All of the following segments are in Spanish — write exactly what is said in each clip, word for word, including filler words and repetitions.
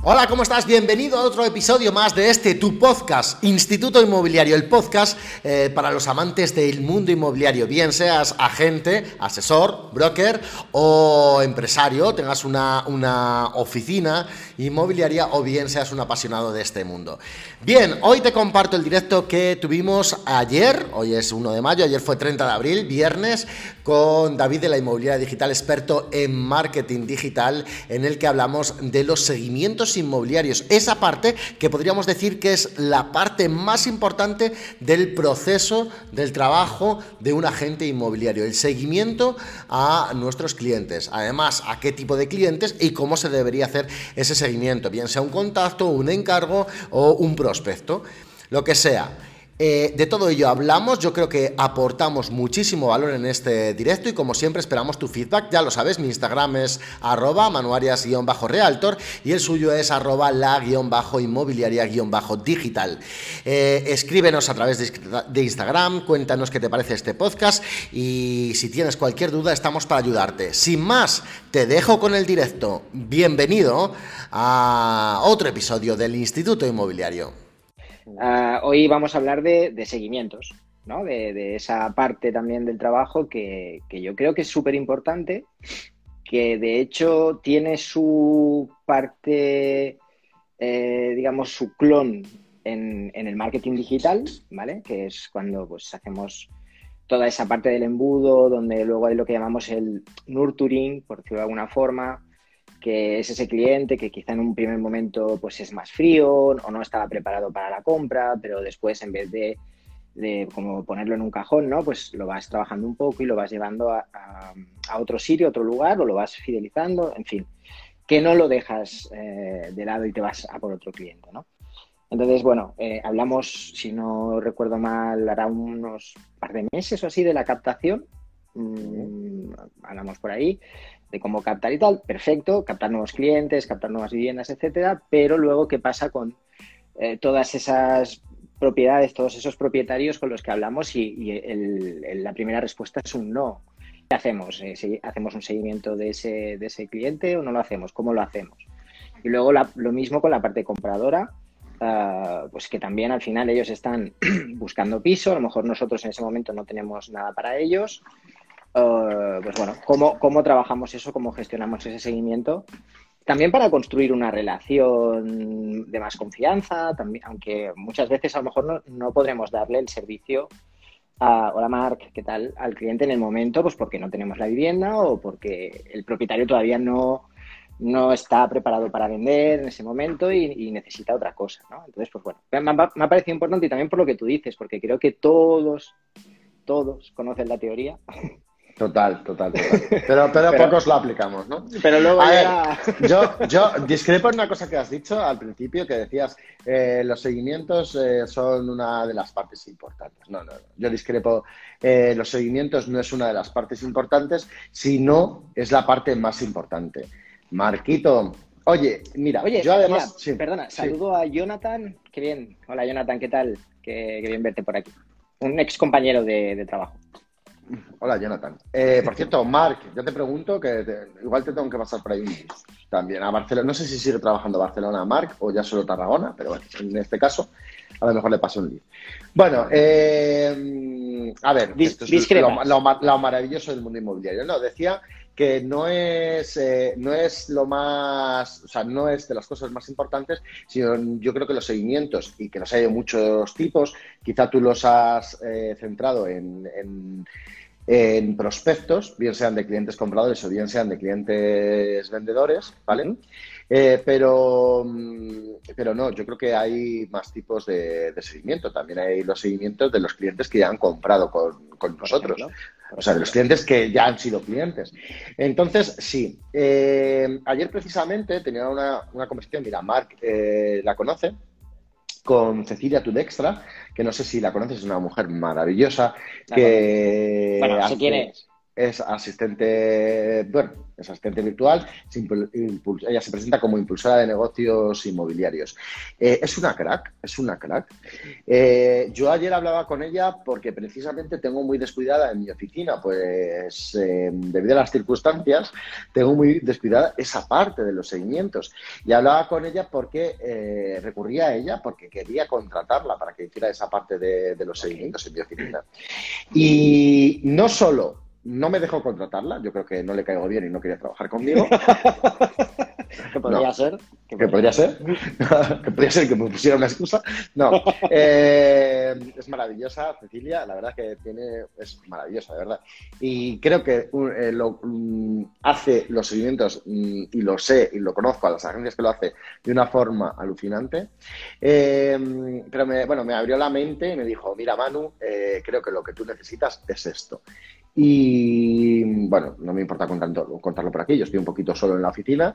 Hola, ¿cómo estás? Bienvenido a otro episodio más de este, tu podcast, Instituto Inmobiliario, el podcast eh, para los amantes del mundo inmobiliario, bien seas agente, asesor, broker o empresario, tengas una, una oficina inmobiliaria o bien seas un apasionado de este mundo. Bien, hoy te comparto el directo que tuvimos ayer, hoy es uno de mayo, ayer fue treinta de abril, viernes, con David de la Inmobiliaria Digital, experto en marketing digital, en el que hablamos de los seguimientos inmobiliarios, esa parte que podríamos decir que es la parte más importante del proceso del trabajo de un agente inmobiliario, el seguimiento a nuestros clientes, además a qué tipo de clientes y cómo se debería hacer ese seguimiento, bien sea un contacto, un encargo o un prospecto, lo que sea. Eh, de todo ello hablamos, yo creo que aportamos muchísimo valor en este directo y como siempre esperamos tu feedback, ya lo sabes, mi Instagram es arroba manuarias-realtor y el suyo es arroba la-inmobiliaria-digital. Eh, escríbenos a través de, de Instagram, cuéntanos qué te parece este podcast y si tienes cualquier duda estamos para ayudarte. Sin más, te dejo con el directo. Bienvenido a otro episodio del Instituto Inmobiliario. Uh, hoy vamos a hablar de, de seguimientos, ¿no? De, de esa parte también del trabajo que, que yo creo que es súper importante, que de hecho tiene su parte, eh, digamos, su clon en, en el marketing digital, ¿vale? Que es cuando pues hacemos toda esa parte del embudo, donde luego hay lo que llamamos el nurturing, por decirlo de alguna forma, que es ese cliente que quizá en un primer momento pues es más frío o no estaba preparado para la compra, pero después en vez de, de como ponerlo en un cajón, ¿no? Pues lo vas trabajando un poco y lo vas llevando a, a, a otro sitio, a otro lugar, o lo vas fidelizando, en fin, que no lo dejas eh, de lado y te vas a por otro cliente, ¿no? Entonces, bueno, eh, hablamos, si no recuerdo mal, hará unos par de meses o así de la captación, mm, hablamos por ahí, de cómo captar y tal, perfecto, captar nuevos clientes, captar nuevas viviendas, etcétera, pero luego, ¿qué pasa con eh, todas esas propiedades, todos esos propietarios con los que hablamos? Y, y el, el, la primera respuesta es un no. ¿Qué hacemos? Eh, si ¿Hacemos un seguimiento de ese, de ese cliente o no lo hacemos? ¿Cómo lo hacemos? Y luego la, lo mismo con la parte compradora, uh, pues que también al final ellos están buscando piso, a lo mejor nosotros en ese momento no tenemos nada para ellos. Uh, pues bueno, ¿cómo, cómo trabajamos eso, cómo gestionamos ese seguimiento? También para construir una relación de más confianza, también, aunque muchas veces a lo mejor no, no podremos darle el servicio a, hola Marc, ¿qué tal?, al cliente en el momento, pues porque no tenemos la vivienda o porque el propietario todavía no, no está preparado para vender en ese momento y, y necesita otra cosa, ¿no? Entonces, pues bueno, me, me ha parecido importante y también por lo que tú dices, porque creo que todos, todos conocen la teoría. Total, total, total. Pero, pero, pero pocos lo aplicamos, ¿no? Pero luego a ya... ver, yo, yo discrepo en una cosa que has dicho al principio, que decías eh, los seguimientos eh, son una de las partes importantes. No, no, no. Yo discrepo. Eh, los seguimientos no es una de las partes importantes, sino es la parte más importante. Marquito, oye, mira, oye, yo además... Mira, sí, perdona, sí. saludo a Jonathan. Qué bien. Hola, Jonathan, ¿qué tal? Qué, qué bien verte por aquí. Un ex compañero de, de trabajo. Hola, Jonathan. Eh, por cierto, Marc, yo te pregunto que te, igual te tengo que pasar por ahí también a Barcelona. No sé si sigue trabajando Barcelona Marc o ya solo Tarragona, pero bueno, en este caso a lo mejor le paso un link. Bueno, eh, a ver, Dis esto es lo, lo, lo maravilloso del mundo inmobiliario. No, decía que no es, eh, no es lo más, o sea, no es de las cosas más importantes, sino yo creo que los seguimientos, y que los hay de muchos tipos, quizá tú los has eh, centrado en, en, en prospectos, bien sean de clientes compradores o bien sean de clientes vendedores, ¿vale? Uh-huh. Eh, pero, pero no, yo creo que hay más tipos de, de seguimiento. También hay los seguimientos de los clientes que ya han comprado con, con nosotros. Ejemplo, o sea, de los clientes que ya han sido clientes. Entonces, sí. Eh, ayer precisamente tenía una, una conversación, mira, Marc eh, la conoce, con Cecilia Tudextra, que no sé si la conoces, es una mujer maravillosa. La que bueno, hace... sé quién es. es asistente, bueno, es asistente virtual, se impul- impul- ella se presenta como impulsora de negocios inmobiliarios. Eh, es una crack, es una crack. Eh, yo ayer hablaba con ella porque precisamente tengo muy descuidada en mi oficina, pues eh, debido a las circunstancias, tengo muy descuidada esa parte de los seguimientos. Y hablaba con ella porque eh, recurría a ella porque quería contratarla para que hiciera esa parte de, de los seguimientos en mi oficina. Y no solo no me dejó contratarla, yo creo que no le caigo bien y no quería trabajar conmigo. ¿Qué podría No. ser? ¿Qué podría ser? Que podría ser que me pusiera una excusa. No. Eh, es maravillosa, Cecilia. La verdad que tiene, es maravillosa, de verdad. Y creo que eh, lo, mm, hace los seguimientos, mm, y lo sé y lo conozco a las agencias que lo hace de una forma alucinante. Eh, pero me, bueno, me abrió la mente y me dijo, mira, Manu, eh, creo que lo que tú necesitas es esto. Y bueno, no me importa contarlo, contarlo por aquí, yo estoy un poquito solo en la oficina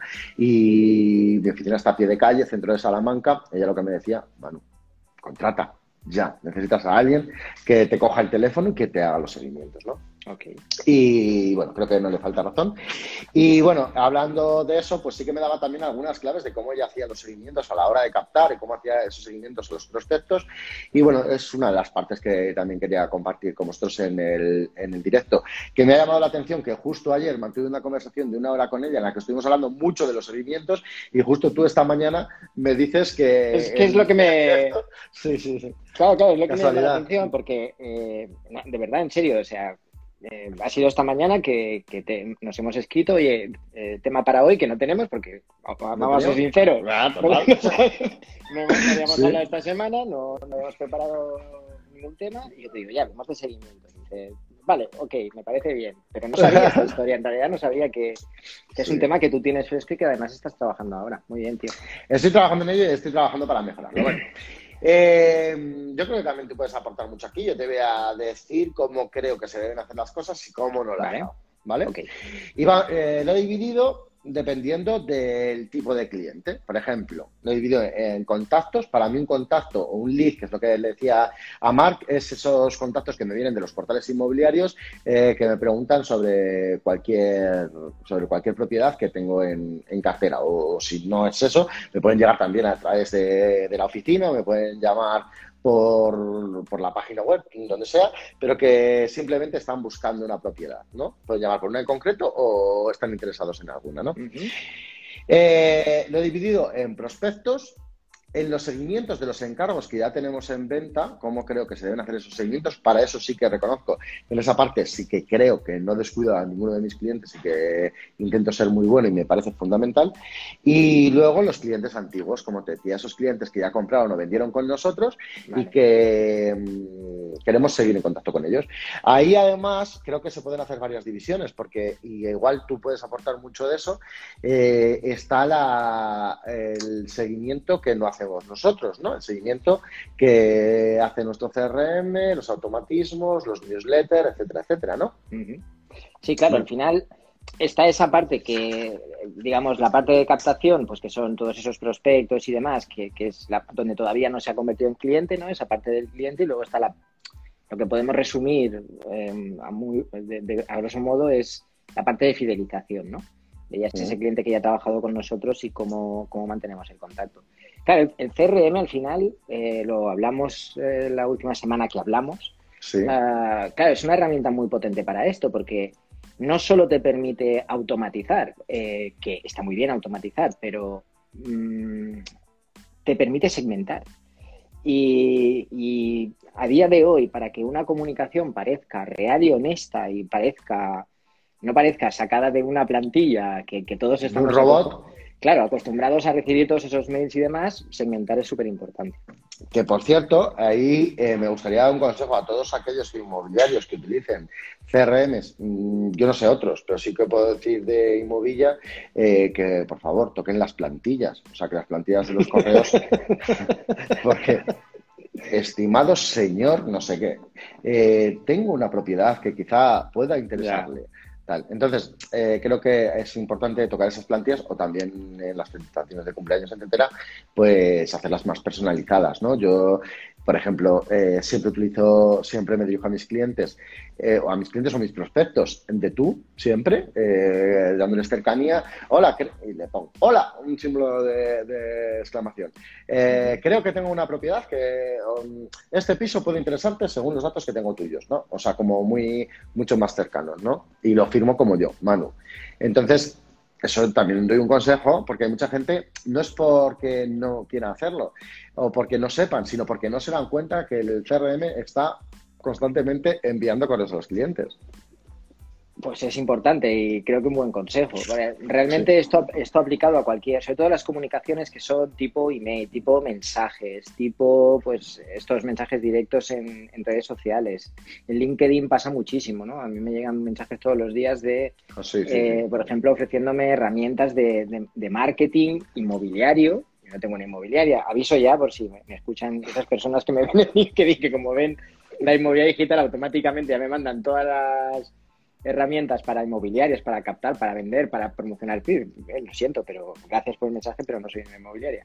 y mi oficina está a pie de calle, centro de Salamanca. Ella lo que me decía, Manu, contrata, ya, necesitas a alguien que te coja el teléfono y que te haga los seguimientos, ¿no? Okay. Y bueno, creo que no le falta razón. Y bueno, hablando de eso, pues sí que me daba también algunas claves de cómo ella hacía los seguimientos a la hora de captar y cómo hacía esos seguimientos a los prospectos. Y bueno, es una de las partes que también quería compartir con vosotros en el, en el directo. Que me ha llamado la atención que justo ayer mantuve una conversación de una hora con ella en la que estuvimos hablando mucho de los seguimientos y justo tú esta mañana me dices que... Es que es lo que me... Sí, sí, sí. Claro, claro, es lo que Casualidad. me llama la atención porque, eh, de verdad, en serio, o sea... Eh, ha sido esta mañana que, que te, nos hemos escrito, oye, eh, tema para hoy que no tenemos porque, vamos a ser sinceros, ah, no, no habíamos sí. hablado esta semana, no, no hemos preparado ningún tema y yo te digo, ya, vamos de seguimiento. Y dices, vale, ok, me parece bien, pero no sabía esta historia, en realidad no sabía que, que es sí. un tema que tú tienes fresco y que además estás trabajando ahora. Muy bien, tío. Estoy trabajando en ello y estoy trabajando para mejorarlo. Bueno. Eh, yo creo que también tú puedes aportar mucho aquí. Yo te voy a decir cómo creo que se deben hacer las cosas y cómo no las vale. hago, ¿vale? Okay. Y va, eh, lo he dividido dependiendo del tipo de cliente. Por ejemplo, lo he dividido en contactos. Para mí un contacto o un lead, que es lo que le decía a Marc, es esos contactos que me vienen de los portales inmobiliarios eh, que me preguntan sobre cualquier, sobre cualquier propiedad que tengo en, en cartera. O, o si no es eso, me pueden llegar también a través de, de la oficina o me pueden llamar Por, por la página web, donde sea, pero que simplemente están buscando una propiedad, ¿no? Pueden llamar por una en concreto o están interesados en alguna, ¿no? Uh-huh. Eh, lo he dividido en prospectos, en los seguimientos de los encargos que ya tenemos en venta, cómo creo que se deben hacer esos seguimientos. Para eso sí que reconozco que en esa parte sí que creo que no descuido a ninguno de mis clientes y que intento ser muy bueno y me parece fundamental. Y luego los clientes antiguos, como te decía, esos clientes que ya compraron o vendieron con nosotros vale. y que mmm, queremos seguir en contacto con ellos. Ahí además creo que se pueden hacer varias divisiones porque y igual tú puedes aportar mucho de eso. Eh, está la, el seguimiento que no hace nosotros, ¿no? El seguimiento que hace nuestro C R M, los automatismos, los newsletters, etcétera, etcétera, ¿no? Sí, claro, al final está esa parte que, digamos, la parte de captación, pues que son todos esos prospectos y demás, que, que es la, donde todavía no se ha convertido en cliente, ¿no? Esa parte del cliente y luego está la, lo que podemos resumir eh, a, muy, de, de, a grosso modo es la parte de fidelización, ¿no? De ya es ese cliente que ya ha trabajado con nosotros y cómo, cómo mantenemos el contacto. Claro, el C R M al final, eh, lo hablamos eh, la última semana que hablamos, sí. uh, claro, es una herramienta muy potente para esto porque no solo te permite automatizar, eh, que está muy bien automatizar, pero mmm, te permite segmentar. Y, y a día de hoy, para que una comunicación parezca real y honesta y parezca no parezca sacada de una plantilla que, que todos estamos... ¿Un robot? Claro, acostumbrados a recibir todos esos mails y demás, segmentar es súper importante. Que, por cierto, ahí eh, me gustaría dar un consejo a todos aquellos inmobiliarios que utilicen C R Ms, mmm, yo no sé otros, pero sí que puedo decir de Inmovilla, eh, que, por favor, toquen las plantillas, o sea, que las plantillas de los correos, porque... Estimado señor, no sé qué, eh, tengo una propiedad que quizá pueda interesarle. Tal. Entonces, eh, creo que es importante tocar esas plantillas o también en las felicitaciones de cumpleaños, etcétera, pues hacerlas más personalizadas, ¿no? Yo Por ejemplo, eh, siempre utilizo, siempre me dirijo a mis clientes, eh, o a mis clientes o a mis prospectos, de tú, siempre, eh, dándoles cercanía. Hola, y le pongo, hola, un símbolo de, de exclamación. Eh, creo que tengo una propiedad que um, este piso puede interesarte según los datos que tengo tuyos, ¿no? O sea, como muy, mucho más cercanos, ¿no? Y lo firmo como yo, Manu. Entonces, eso también doy un consejo, porque hay mucha gente, no es porque no quieran hacerlo o porque no sepan, sino porque no se dan cuenta que el C R M está constantemente enviando correos a los clientes. Pues es importante y creo que un buen consejo. Realmente sí. esto, esto aplicado a cualquier, sobre todo las comunicaciones que son tipo email, tipo mensajes, tipo pues estos mensajes directos en, en redes sociales. En LinkedIn pasa muchísimo, ¿no? A mí me llegan mensajes todos los días de, oh, sí, sí, eh, sí. por ejemplo, ofreciéndome herramientas de, de, de marketing inmobiliario. Yo no tengo una inmobiliaria. Aviso ya por si me, me escuchan esas personas que me ven en LinkedIn, que como ven la inmobiliaria digital automáticamente ya me mandan todas las herramientas para inmobiliarias, para captar, para vender, para promocionar. Eh, lo siento, pero gracias por el mensaje, pero no soy una inmobiliaria.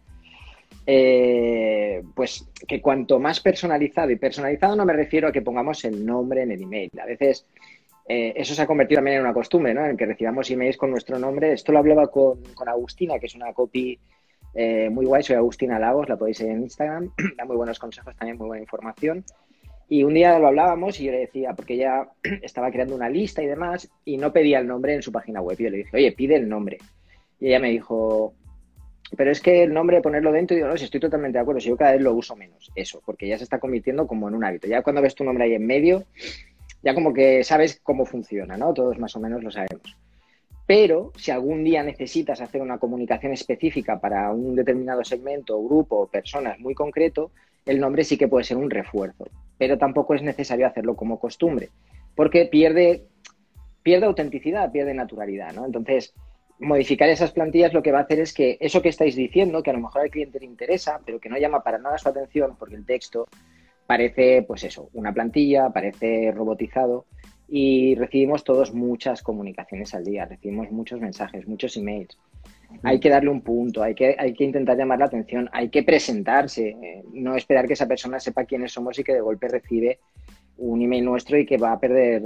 Eh, pues que cuanto más personalizado, y personalizado no me refiero a que pongamos el nombre en el email. A veces eh, eso se ha convertido también en una costumbre, ¿no? En que recibamos emails con nuestro nombre. Esto lo hablaba con, con Agustina, que es una copy eh, muy guay. Soy Agustina Lagos, la podéis seguir en Instagram. Da muy buenos consejos, también muy buena información. Y un día lo hablábamos y yo le decía, porque ella estaba creando una lista y demás, y no pedía el nombre en su página web. Y yo le dije, oye, pide el nombre. Y ella me dijo, pero es que el nombre, ponerlo dentro, y digo, no, si estoy totalmente de acuerdo, si yo cada vez lo uso menos, eso, porque ya se está convirtiendo como en un hábito. Ya cuando ves tu nombre ahí en medio, ya como que sabes cómo funciona, ¿no? Todos más o menos lo sabemos. Pero si algún día necesitas hacer una comunicación específica para un determinado segmento, grupo o personas muy concreto, el nombre sí que puede ser un refuerzo, pero tampoco es necesario hacerlo como costumbre, porque pierde, pierde autenticidad, pierde naturalidad, ¿no? Entonces, modificar esas plantillas lo que va a hacer es que eso que estáis diciendo, que a lo mejor al cliente le interesa, pero que no llama para nada su atención, porque el texto parece, pues eso, una plantilla, parece robotizado, y recibimos todos muchas comunicaciones al día, recibimos muchos mensajes, muchos emails. Hay que darle un punto, hay que, hay que intentar llamar la atención, hay que presentarse, eh, no esperar que esa persona sepa quiénes somos y que de golpe recibe un email nuestro y que va a perder,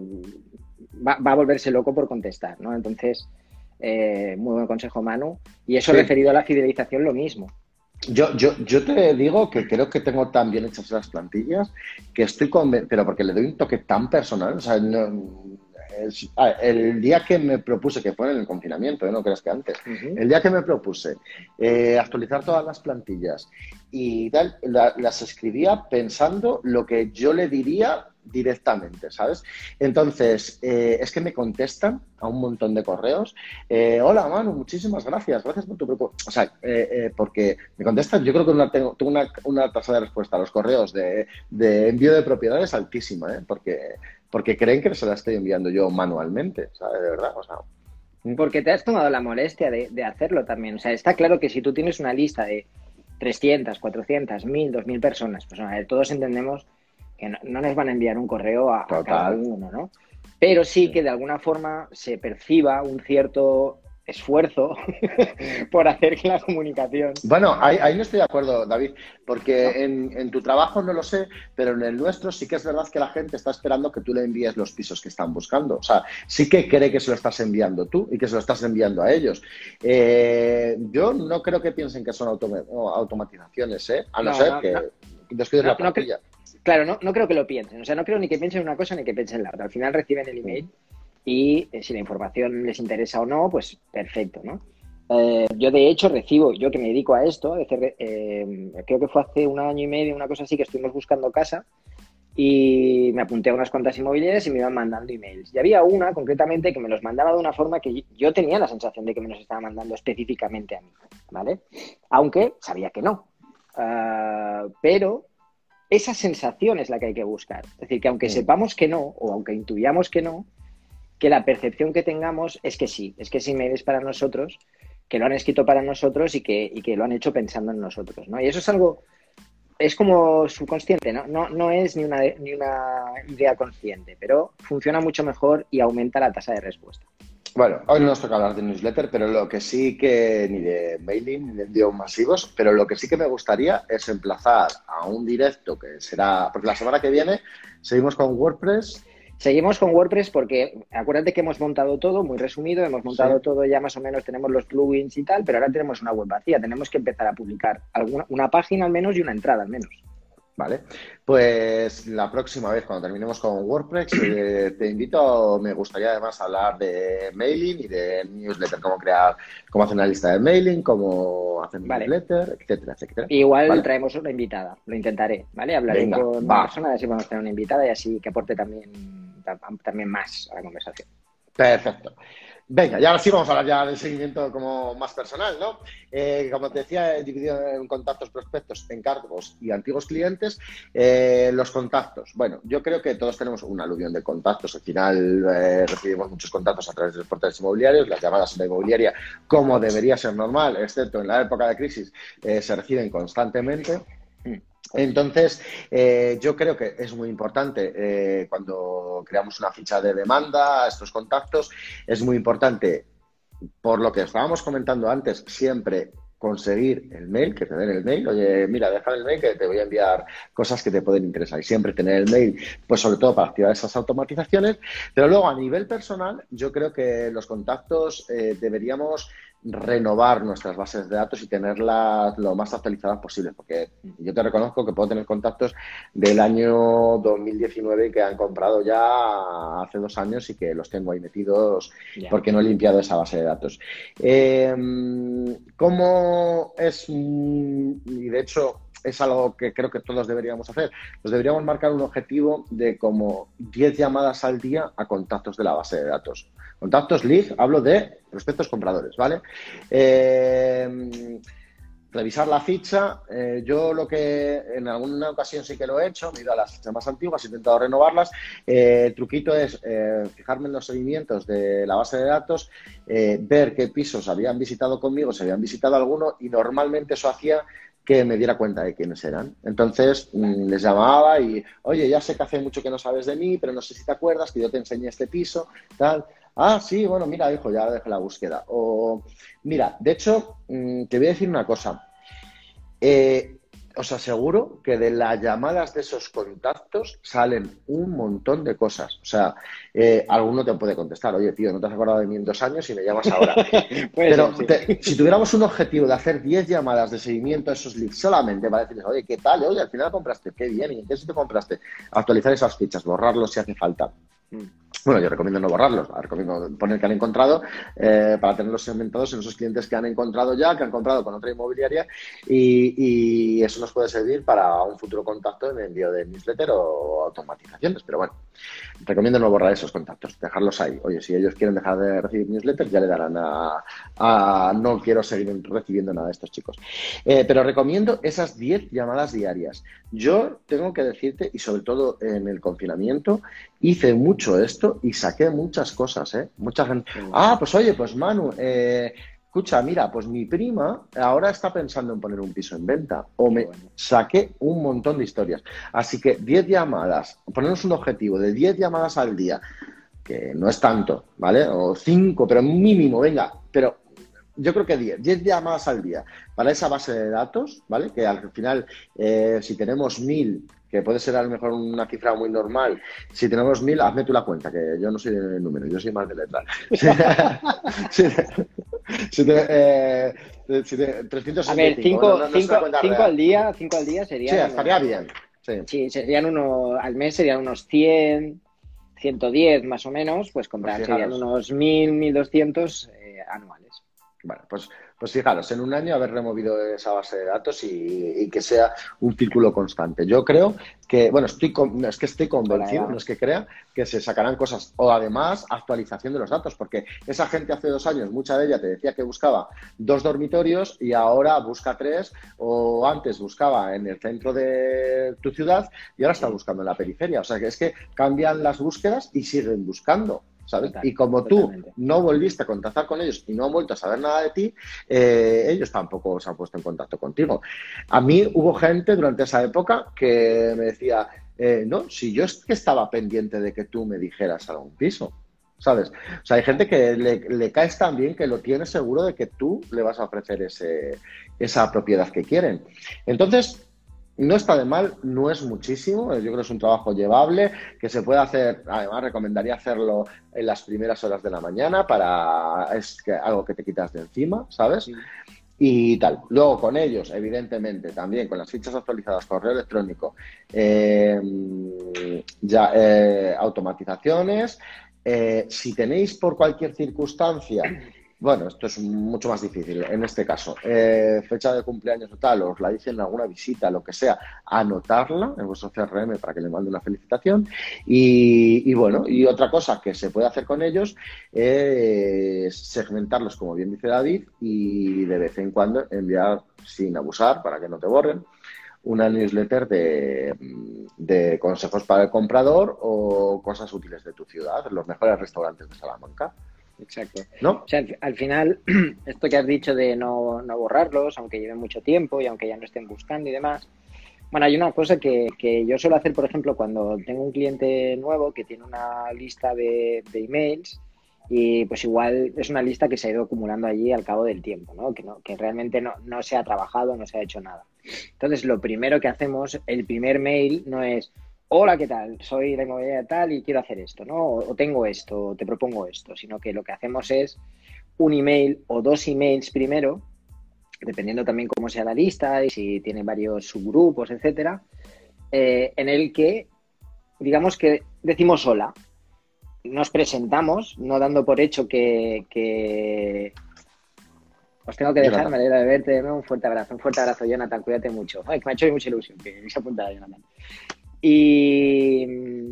va, va a volverse loco por contestar, ¿no? Entonces, eh, muy buen consejo, Manu. Y eso sí. Referido a la fidelización, lo mismo. Yo, yo, yo te digo que creo que tengo tan bien hechas las plantillas que estoy convencido, pero porque le doy un toque tan personal, o sea, no... Es, el día que me propuse, que fue en el confinamiento, ¿eh? No creas que antes, uh-huh. El día que me propuse eh, actualizar todas las plantillas y tal, la, las escribía pensando lo que yo le diría directamente, ¿sabes? Entonces, eh, es que me contestan a un montón de correos. Eh, Hola, Manu, muchísimas gracias. Gracias por tu propuesta. O sea, eh, eh, porque me contestan, yo creo que una, tengo, tengo una, una tasa de respuesta a los correos de, de envío de propiedades altísima, ¿eh? Porque... porque creen que se la estoy enviando yo manualmente, ¿sabes? De verdad, o sea... Porque te has tomado la molestia de, de hacerlo también. O sea, está claro que si tú tienes una lista de trescientas, cuatrocientas, mil, dos mil personas, pues a ver, todos entendemos que no, no nos van a enviar un correo a, a cada uno, ¿no? Pero sí que de alguna forma se perciba un cierto esfuerzo por hacer que la comunicación... Bueno, ahí, ahí no estoy de acuerdo, David, porque no. en, en tu trabajo no lo sé, pero en el nuestro sí que es verdad que la gente está esperando que tú le envíes los pisos que están buscando. O sea, sí que cree que se lo estás enviando tú y que se lo estás enviando a ellos. Eh, yo no creo que piensen que son autom- automatizaciones, ¿eh? A no, no ser no, que no. descuides no, la plantilla. No claro, no, no creo que lo piensen. O sea, no creo ni que piensen una cosa ni que piensen la otra. Al final reciben el email y eh, si la información les interesa o no, pues perfecto, ¿no? Eh, yo, de hecho, recibo, yo que me dedico a esto, eh, creo que fue hace un año y medio, una cosa así, que estuvimos buscando casa y me apunté a unas cuantas inmobiliarias y me iban mandando emails. Y había una, concretamente, que me los mandaba de una forma que yo tenía la sensación de que me los estaba mandando específicamente a mí, ¿vale? Aunque sabía que no. Uh, pero esa sensación es la que hay que buscar. Es decir, que aunque sí. sepamos que no, o aunque intuyamos que no, que la percepción que tengamos es que sí, es que ese email es para nosotros, que lo han escrito para nosotros y que, y que lo han hecho pensando en nosotros, ¿no? Y eso es algo, es como subconsciente, ¿no? No, no es ni una, ni una idea consciente, pero funciona mucho mejor y aumenta la tasa de respuesta. Bueno, hoy no nos toca hablar de newsletter, pero lo que sí que, ni de mailing, ni de envíos masivos, pero lo que sí que me gustaría es emplazar a un directo que será, porque la semana que viene seguimos con WordPress. Seguimos con WordPress porque acuérdate que hemos montado todo, muy resumido, hemos montado Sí. todo, ya más o menos tenemos los plugins y tal, pero ahora tenemos una web vacía, tenemos que empezar a publicar alguna, una página al menos y una entrada al menos. Vale, pues la próxima vez cuando terminemos con WordPress eh, te invito, me gustaría además hablar de mailing y de newsletter, cómo crear, cómo hacer una lista de mailing, cómo hacer Vale. newsletter, etcétera, etcétera. Igual ¿Vale? traemos una invitada, lo intentaré, ¿vale? Hablaré Venga, con va. una persona, a ver si podemos tener una invitada y así que aporte también, también más a la conversación. Perfecto. Venga, y ahora sí vamos a hablar ya del seguimiento como más personal, ¿no? Eh, como te decía, he dividido en contactos, prospectos, encargos y antiguos clientes. Eh, los contactos. Bueno, yo creo que todos tenemos una aluvión de contactos. Al final eh, recibimos muchos contactos a través de los portales inmobiliarios. Las llamadas en la inmobiliaria, como debería ser normal, excepto en la época de crisis, eh, se reciben constantemente. Entonces, eh, yo creo que es muy importante eh, cuando creamos una ficha de demanda a estos contactos, es muy importante, por lo que estábamos comentando antes, siempre conseguir el mail, que te den el mail, oye, mira, déjame el mail que te voy a enviar cosas que te pueden interesar y siempre tener el mail, pues sobre todo para activar esas automatizaciones, pero luego a nivel personal, yo creo que los contactos eh, deberíamos renovar nuestras bases de datos y tenerlas lo más actualizadas posible, porque yo te reconozco que puedo tener contactos del año dos mil diecinueve que han comprado ya hace dos años y que los tengo ahí metidos yeah. porque no he limpiado esa base de datos. Eh, ¿Cómo es? Y de hecho es algo que creo que todos deberíamos hacer. Nos deberíamos marcar un objetivo de como diez llamadas al día a contactos de la base de datos. Contactos lead, hablo de prospectos compradores, ¿vale? Eh, revisar la ficha. Eh, yo lo que en alguna ocasión sí que lo he hecho, me he ido a las fichas más antiguas, he intentado renovarlas. Eh, el truquito es eh, fijarme en los seguimientos de la base de datos, eh, ver qué pisos habían visitado conmigo, si habían visitado alguno, y normalmente eso hacía que me diera cuenta de quiénes eran. Entonces mmm, les llamaba y, oye, ya sé que hace mucho que no sabes de mí, pero no sé si te acuerdas que yo te enseñé este piso, tal. Ah, sí, bueno, mira, hijo, ya dejé la búsqueda. O, mira, de hecho, mmm, te voy a decir una cosa. Eh, os aseguro que de las llamadas de esos contactos salen un montón de cosas. O sea, eh, alguno te puede contestar, oye, tío, no te has acordado de mí en dos años y me llamas ahora. Pero sí. te, si tuviéramos un objetivo de hacer diez llamadas de seguimiento a esos leads solamente para decirles, oye, ¿qué tal? Oye, al final compraste, qué bien, ¿y en qué sitio compraste? Actualizar esas fichas, borrarlos si hace falta. Mm. Bueno, yo recomiendo no borrarlos, recomiendo poner que han encontrado eh, para tenerlos segmentados en esos clientes que han encontrado ya, que han comprado con otra inmobiliaria y, y eso nos puede servir para un futuro contacto en envío de newsletter o automatizaciones. Pero bueno, recomiendo no borrar esos contactos, dejarlos ahí. Oye, si ellos quieren dejar de recibir newsletters, ya le darán a, a no quiero seguir recibiendo nada de estos chicos. Eh, pero recomiendo esas diez llamadas diarias. Yo tengo que decirte, y sobre todo en el confinamiento, hice mucho esto y saqué muchas cosas, ¿eh? Mucha gente, ah, pues oye, pues Manu, eh, escucha, mira, pues mi prima ahora está pensando en poner un piso en venta. O me saqué un montón de historias. Así que diez llamadas, ponernos un objetivo de diez llamadas al día, que no es tanto, ¿vale? O cinco, pero mínimo, venga, pero yo creo que diez, diez llamadas al día para esa base de datos, ¿vale? Que al final, eh, si tenemos mil, que puede ser a lo mejor una cifra muy normal, si tenemos mil, hazme tú la cuenta, que yo no soy de números, yo soy más de letras. si, si te, eh, si te, trescientos a ver, cinco, no, no, cinco, no cinco al día, cinco al día sería... Sí, estaría unos, bien. Sí. sí, serían unos, al mes serían unos cien, ciento diez más o menos, pues comprar pues serían unos mil, mil doscientos eh, anuales. Bueno, pues, pues fijaros, en un año haber removido esa base de datos y, y que sea un círculo constante. Yo creo que, bueno, estoy con, es que estoy convencido, no es que crea, que se sacarán cosas. O además, actualización de los datos, porque esa gente hace dos años, mucha de ella te decía que buscaba dos dormitorios y ahora busca tres, o antes buscaba en el centro de tu ciudad y ahora está buscando en la periferia. O sea, que es que cambian las búsquedas y siguen buscando. ¿Sabes? Total, y como tú totalmente. No volviste a contactar con ellos y no han vuelto a saber nada de ti, eh, ellos tampoco se han puesto en contacto contigo. A mí hubo gente durante esa época que me decía, eh, no, si yo es que estaba pendiente de que tú me dijeras algún piso. ¿sabes? O sea, hay gente que le, le caes tan bien que lo tiene seguro de que tú le vas a ofrecer ese, esa propiedad que quieren. Entonces, no está de mal, no es muchísimo, yo creo que es un trabajo llevable, que se puede hacer, además recomendaría hacerlo en las primeras horas de la mañana para, es que, algo que te quitas de encima, ¿sabes? Sí. Y tal. Luego con ellos, evidentemente, también con las fichas actualizadas, correo electrónico, eh, ya eh, automatizaciones. Eh, si tenéis por cualquier circunstancia, bueno, esto es mucho más difícil en este caso, eh, fecha de cumpleaños o tal, os la dicen en alguna visita, lo que sea, anotarla en vuestro C R M para que le mande una felicitación. Y, y bueno, y otra cosa que se puede hacer con ellos es segmentarlos, como bien dice David, y de vez en cuando enviar, sin abusar, para que no te borren, una newsletter de, de consejos para el comprador o cosas útiles de tu ciudad, los mejores restaurantes de Salamanca. Exacto. ¿No? O sea, al, al final, esto que has dicho de no, no borrarlos, aunque lleven mucho tiempo y aunque ya no estén buscando y demás. Bueno, hay una cosa que, que yo suelo hacer, por ejemplo, cuando tengo un cliente nuevo que tiene una lista de, de emails y pues igual es una lista que se ha ido acumulando allí al cabo del tiempo, ¿no? Que, no, que realmente no, no se ha trabajado, no se ha hecho nada. Entonces, lo primero que hacemos, el primer mail no es hola, ¿qué tal? Soy la inmobiliaria tal y quiero hacer esto, ¿no? O, o tengo esto, o te propongo esto, sino que lo que hacemos es un email o dos emails primero, dependiendo también cómo sea la lista y si tiene varios subgrupos, etcétera, eh, en el que, digamos que decimos hola. Nos presentamos, no dando por hecho que, que... os tengo que dejar, me alegra de verte, un fuerte abrazo, un fuerte abrazo, Jonathan, cuídate mucho. Ay, que me ha hecho mucha ilusión que se apunta a Jonathan. Y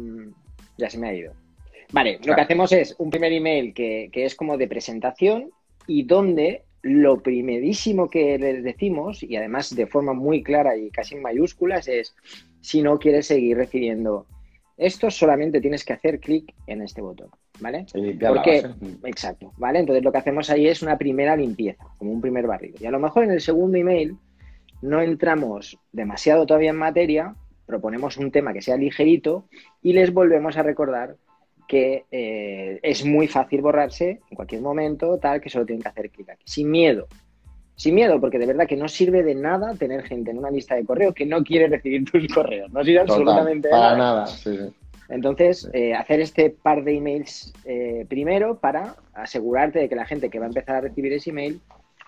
ya se me ha ido. Vale, claro. Lo que hacemos es un primer email que, que es como de presentación y donde lo primerísimo que les decimos, y además de forma muy clara y casi en mayúsculas, es si no quieres seguir recibiendo esto, solamente tienes que hacer clic en este botón, ¿vale? Porque, exacto, ¿vale? Entonces lo que hacemos ahí es una primera limpieza, como un primer barrido. Y a lo mejor en el segundo email no entramos demasiado todavía en materia, proponemos un tema que sea ligerito y les volvemos a recordar que eh, es muy fácil borrarse en cualquier momento, tal, que solo tienen que hacer clic aquí, sin miedo. Sin miedo, porque de verdad que no sirve de nada tener gente en una lista de correo que no quiere recibir tus correos. No sirve Total, absolutamente para nada. nada. Sí, sí. Entonces, eh, hacer este par de emails eh, primero para asegurarte de que la gente que va a empezar a recibir ese email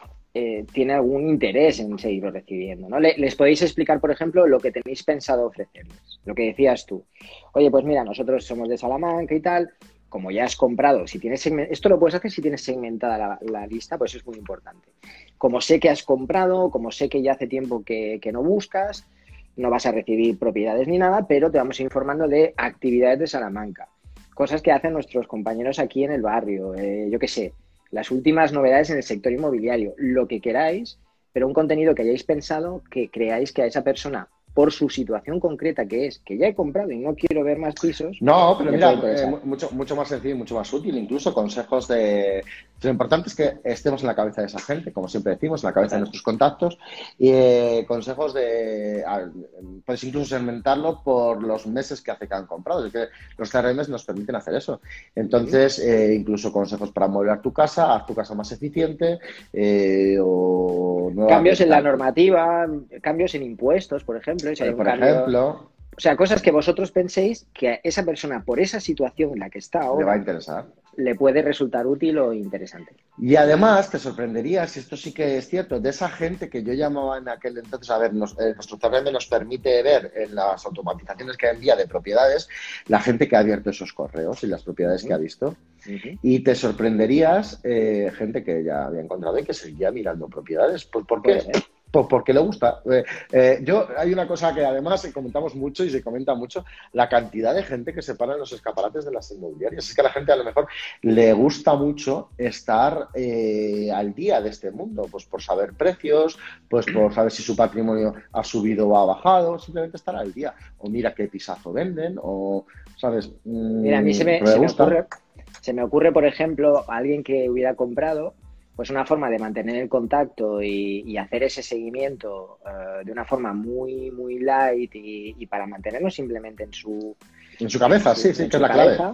eh, tiene algún interés en seguirlo recibiendo, ¿no? Le, les podéis explicar, por ejemplo, lo que tenéis pensado ofrecerles. Lo que decías tú. Oye, pues mira, nosotros somos de Salamanca y tal. Como ya has comprado, si tienes segment... esto lo puedes hacer si tienes segmentada la, la lista, pues eso es muy importante. Como sé que has comprado, como sé que ya hace tiempo que, que no buscas, no vas a recibir propiedades ni nada, pero te vamos informando de actividades de Salamanca, cosas que hacen nuestros compañeros aquí en el barrio, eh, yo qué sé, las últimas novedades en el sector inmobiliario, lo que queráis, pero un contenido que hayáis pensado que creáis que a esa persona, por su situación concreta, que es que ya he comprado y no quiero ver más pisos. No, pero mira, eh, mucho, mucho más sencillo y mucho más útil, incluso consejos de... Lo importante es que estemos en la cabeza de esa gente, como siempre decimos, en la cabeza de nuestros contactos, y eh, consejos de... Puedes incluso segmentarlo por los meses que hace que han comprado, es que los C R Ms nos permiten hacer eso. Entonces, eh, incluso consejos para amueblar tu casa, haz tu casa más eficiente, eh, o... Cambios en la normativa, cambios en impuestos, por ejemplo. Si hay un por cambio, ejemplo, o sea, cosas que vosotros penséis que a esa persona, por esa situación en la que está ahora, le va a interesar, le puede resultar útil o interesante. Y además te sorprenderías, y esto sí que es cierto, de esa gente que yo llamaba en aquel entonces, a ver, nos, eh, nuestro C R M nos permite ver en las automatizaciones que envía de propiedades la gente que ha abierto esos correos y las propiedades uh-huh. que ha visto. Uh-huh. Y te sorprenderías eh, gente que ya había encontrado y que seguía mirando propiedades. ¿Por, por qué? Pues, ¿eh? Pues porque le gusta. Eh, eh, yo hay una cosa que además comentamos mucho y se comenta mucho, la cantidad de gente que se para en los escaparates de las inmobiliarias. Es que a la gente a lo mejor le gusta mucho estar eh, al día de este mundo, pues por saber precios, pues por saber si su patrimonio ha subido o ha bajado, simplemente estar al día. O mira qué pisazo venden, o, ¿sabes? Mira, a mí se me, se me ocurre, se me ocurre, por ejemplo, alguien que hubiera comprado, pues una forma de mantener el contacto y, y hacer ese seguimiento uh, de una forma muy, muy light y, y para mantenerlo simplemente en su... En su cabeza, en su, sí, sí, que es la cabeza, clave.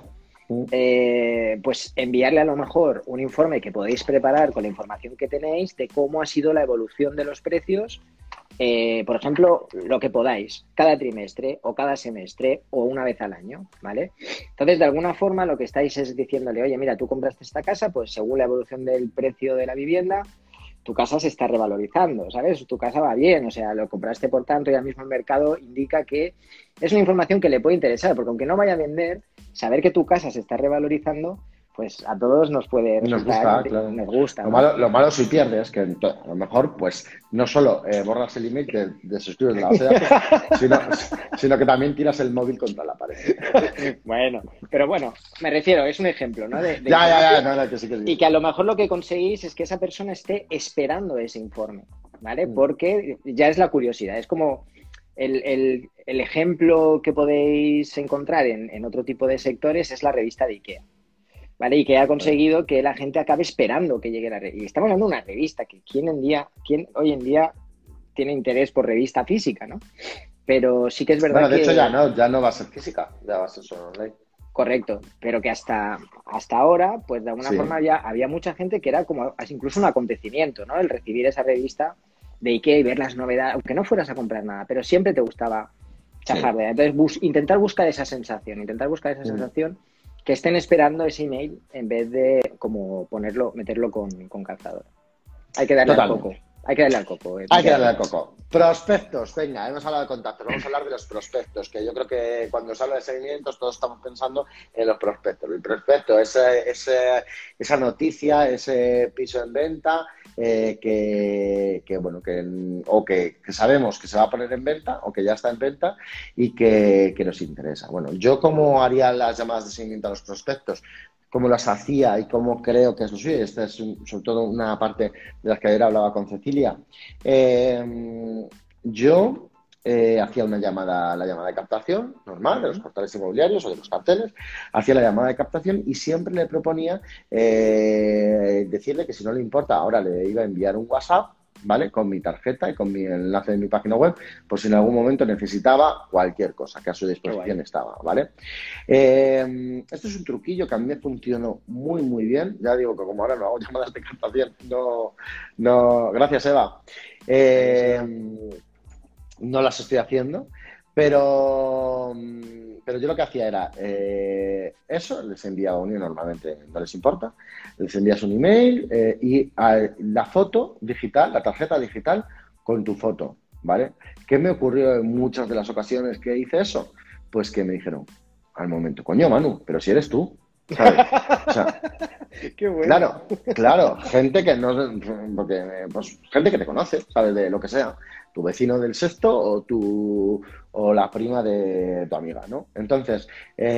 eh, pues enviarle a lo mejor un informe que podéis preparar con la información que tenéis de cómo ha sido la evolución de los precios, eh, por ejemplo, lo que podáis, cada trimestre o cada semestre o una vez al año, ¿vale? Entonces, de alguna forma, lo que estáis es diciéndole, oye, mira, tú compraste esta casa, pues según la evolución del precio de la vivienda, tu casa se está revalorizando, ¿sabes? Tu casa va bien, o sea, lo compraste por tanto y al mismo el mercado indica que es una información que le puede interesar, porque aunque no vaya a vender, saber que tu casa se está revalorizando, pues a todos nos puede Nos resultar, gusta, claro. nos gusta. Lo ¿no? malo, lo malo si pierdes, que a lo mejor, pues, no solo eh, borras el email que desuscribes de la base de datos, sino, sino que también tiras el móvil contra la pared. Bueno, pero bueno, me refiero, es un ejemplo, ¿no? De, de ya, ya, ya, no, no, que sí que sí. Y que a lo mejor lo que conseguís es que esa persona esté esperando ese informe, ¿vale? Porque ya es la curiosidad, es como el, el, el ejemplo que podéis encontrar en, en otro tipo de sectores es la revista de IKEA. ¿Vale? Y que ha conseguido que la gente acabe esperando que llegue la revista. Y estamos hablando de una revista, que ¿quién, en día, quién hoy en día tiene interés por revista física, ¿no? Pero sí que es verdad bueno, de que... hecho ya no, ya no va a ser física, ya va a ser solo online. Correcto, pero que hasta, hasta ahora, pues de alguna Sí. forma ya había mucha gente que era como incluso un acontecimiento, ¿no? El recibir esa revista de IKEA y ver las novedades, aunque no fueras a comprar nada, pero siempre te gustaba chafarle. Sí. Entonces, bus intentar buscar esa sensación, intentar buscar esa sí. sensación que estén esperando ese email en vez de como ponerlo, meterlo con, con calzador. Hay que darle Total. al coco. Hay que darle al coco. Eh. Hay que darle al coco. Prospectos, venga, hemos hablado de contactos, vamos a hablar de los prospectos, que yo creo que cuando se habla de seguimientos todos estamos pensando en los prospectos. El prospecto es ese, esa noticia, ese piso en venta eh, que, que, bueno, que, o que, que sabemos que se va a poner en venta o que ya está en venta y que, que nos interesa. Bueno, yo cómo haría las llamadas de seguimiento a los prospectos, cómo las hacía y cómo creo que es lo suyo. Esta es un, sobre todo una parte de las que ayer hablaba con Cecilia. Eh, yo eh, hacía una llamada, la llamada de captación normal de los portales inmobiliarios o de los carteles, hacía la llamada de captación y siempre le proponía eh, decirle que si no le importa, ahora le iba a enviar un WhatsApp, ¿vale? Con mi tarjeta y con mi enlace de mi página web, por si en algún momento necesitaba cualquier cosa que a su disposición estaba, ¿vale? Eh, esto es un truquillo que a mí me funcionó muy, muy bien. Ya digo que como ahora no hago llamadas de captación, no, no, gracias, Eva. Eh, no las estoy haciendo, pero, pero yo lo que hacía era eh, eso, les enviaba un email, normalmente no les importa, les envías un email eh, y a, la foto digital, la tarjeta digital con tu foto, ¿vale? ¿Qué me ocurrió en muchas de las ocasiones que hice eso? Pues que me dijeron al momento, coño, Manu, pero si eres tú, ¿sabes? O sea, qué bueno. Claro, claro, gente que no, porque, pues, gente que te conoce, ¿sabes? De lo que sea, tu vecino del sexto o tu o la prima de tu amiga, ¿no? Entonces,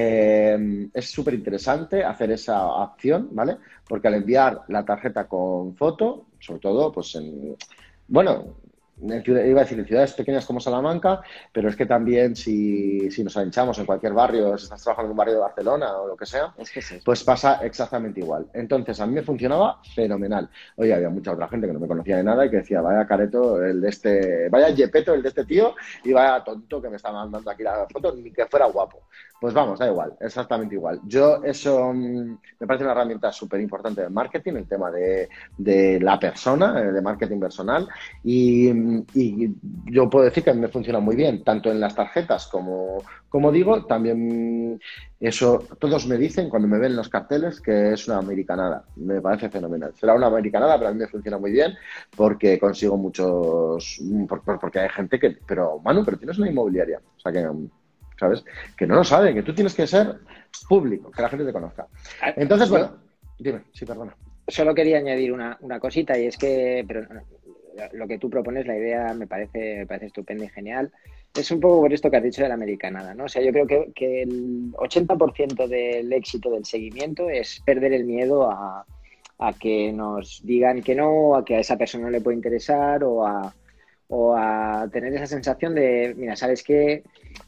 eh, es súper interesante hacer esa acción, ¿vale? Porque al enviar la tarjeta con foto, sobre todo, pues en, bueno, en ciudad, iba a decir en ciudades pequeñas como Salamanca, pero es que también si, si nos hinchamos en cualquier barrio, si estás trabajando en un barrio de Barcelona o lo que sea, es que sí. pues pasa exactamente igual. Entonces, a mí me funcionaba fenomenal. Oye, había mucha otra gente que no me conocía de nada y que decía, vaya careto el de este, vaya yepeto el de este tío y vaya tonto que me está mandando aquí la foto, ni que fuera guapo. Pues vamos, da igual, exactamente igual. Yo eso mmm, me parece una herramienta súper importante de marketing, el tema de, de la persona, de marketing personal, y, y yo puedo decir que me funciona muy bien, tanto en las tarjetas como, como digo, también eso, todos me dicen cuando me ven en los carteles que es una americanada, me parece fenomenal. Será una americanada, pero a mí me funciona muy bien porque consigo muchos, porque hay gente que, pero Manu, pero tienes una inmobiliaria, o sea que... ¿sabes? Que no lo saben, que tú tienes que ser público, que la gente te conozca. Entonces, bueno, dime, sí, perdona. Solo quería añadir una, una cosita y es que, pero lo que tú propones, la idea me parece, me parece estupenda y genial. Es un poco por esto que has dicho de la americanada, ¿no? O sea, yo creo que, que el ochenta por ciento del éxito del seguimiento es perder el miedo a, a que nos digan que no, a que a esa persona no le puede interesar o a, o a tener esa sensación de, mira, ¿sabes qué?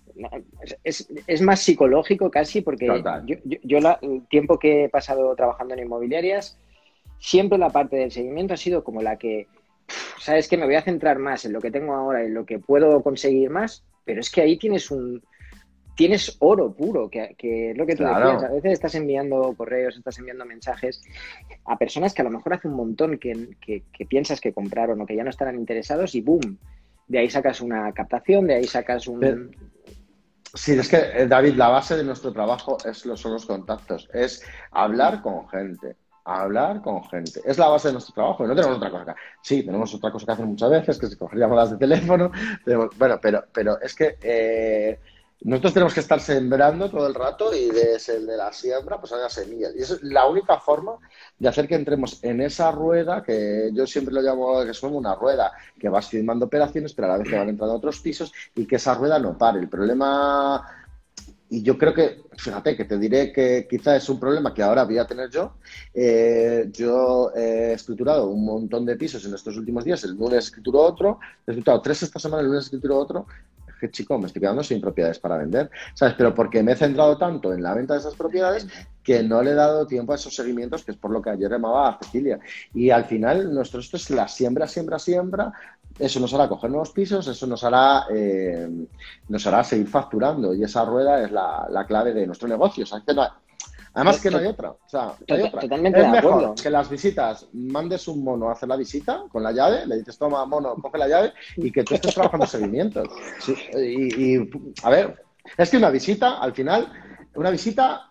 Es, es más psicológico casi porque yo, yo, yo la, el tiempo que he pasado trabajando en inmobiliarias, siempre la parte del seguimiento ha sido como la que, sabes que me voy a centrar más en lo que tengo ahora, en lo que puedo conseguir más, pero es que ahí tienes un, tienes oro puro, que, que es lo que tú Claro. decías. A veces estás enviando correos, estás enviando mensajes a personas que a lo mejor hace un montón que, que, que piensas que compraron o que ya no estarán interesados y ¡boom! De ahí sacas una captación, de ahí sacas un... Pero, sí, es que, eh, David, la base de nuestro trabajo es lo, son los contactos, es hablar con gente, hablar con gente. Es la base de nuestro trabajo y no tenemos otra cosa que hacer. Sí, tenemos otra cosa que hacer muchas veces, que es coger llamadas de teléfono. Tenemos, bueno, pero, pero es que eh, nosotros tenemos que estar sembrando todo el rato y desde el de la siembra, pues hay las semillas. Y esa es la única forma de hacer que entremos en esa rueda, que yo siempre lo llamo que es como una rueda, que vas firmando operaciones, pero a la vez que van entrando a otros pisos y que esa rueda no pare. El problema... Y yo creo que, fíjate, que te diré que quizá es un problema que ahora voy a tener yo. Eh, yo he escriturado un montón de pisos en estos últimos días. El lunes escrituro otro, he escriturado tres esta semana, el lunes escrituro otro. Es que, chico, me estoy quedando sin propiedades para vender, ¿sabes? Pero porque me he centrado tanto en la venta de esas propiedades que no le he dado tiempo a esos seguimientos, que es por lo que ayer llamaba a Cecilia. Y al final, nuestro esto es la siembra, siembra, siembra. Eso nos hará coger nuevos pisos, eso nos hará eh, nos hará seguir facturando y esa rueda es la, la clave de nuestro negocio. O sea, que no hay, además que no hay otra. O sea, no hay otra. Totalmente es de mejor acuerdo. que las visitas, mandes un mono a hacer la visita con la llave, le dices, toma, mono, coge la llave y que tú estés trabajando seguimientos. Sí, y, y, a ver, es que una visita, al final, una visita...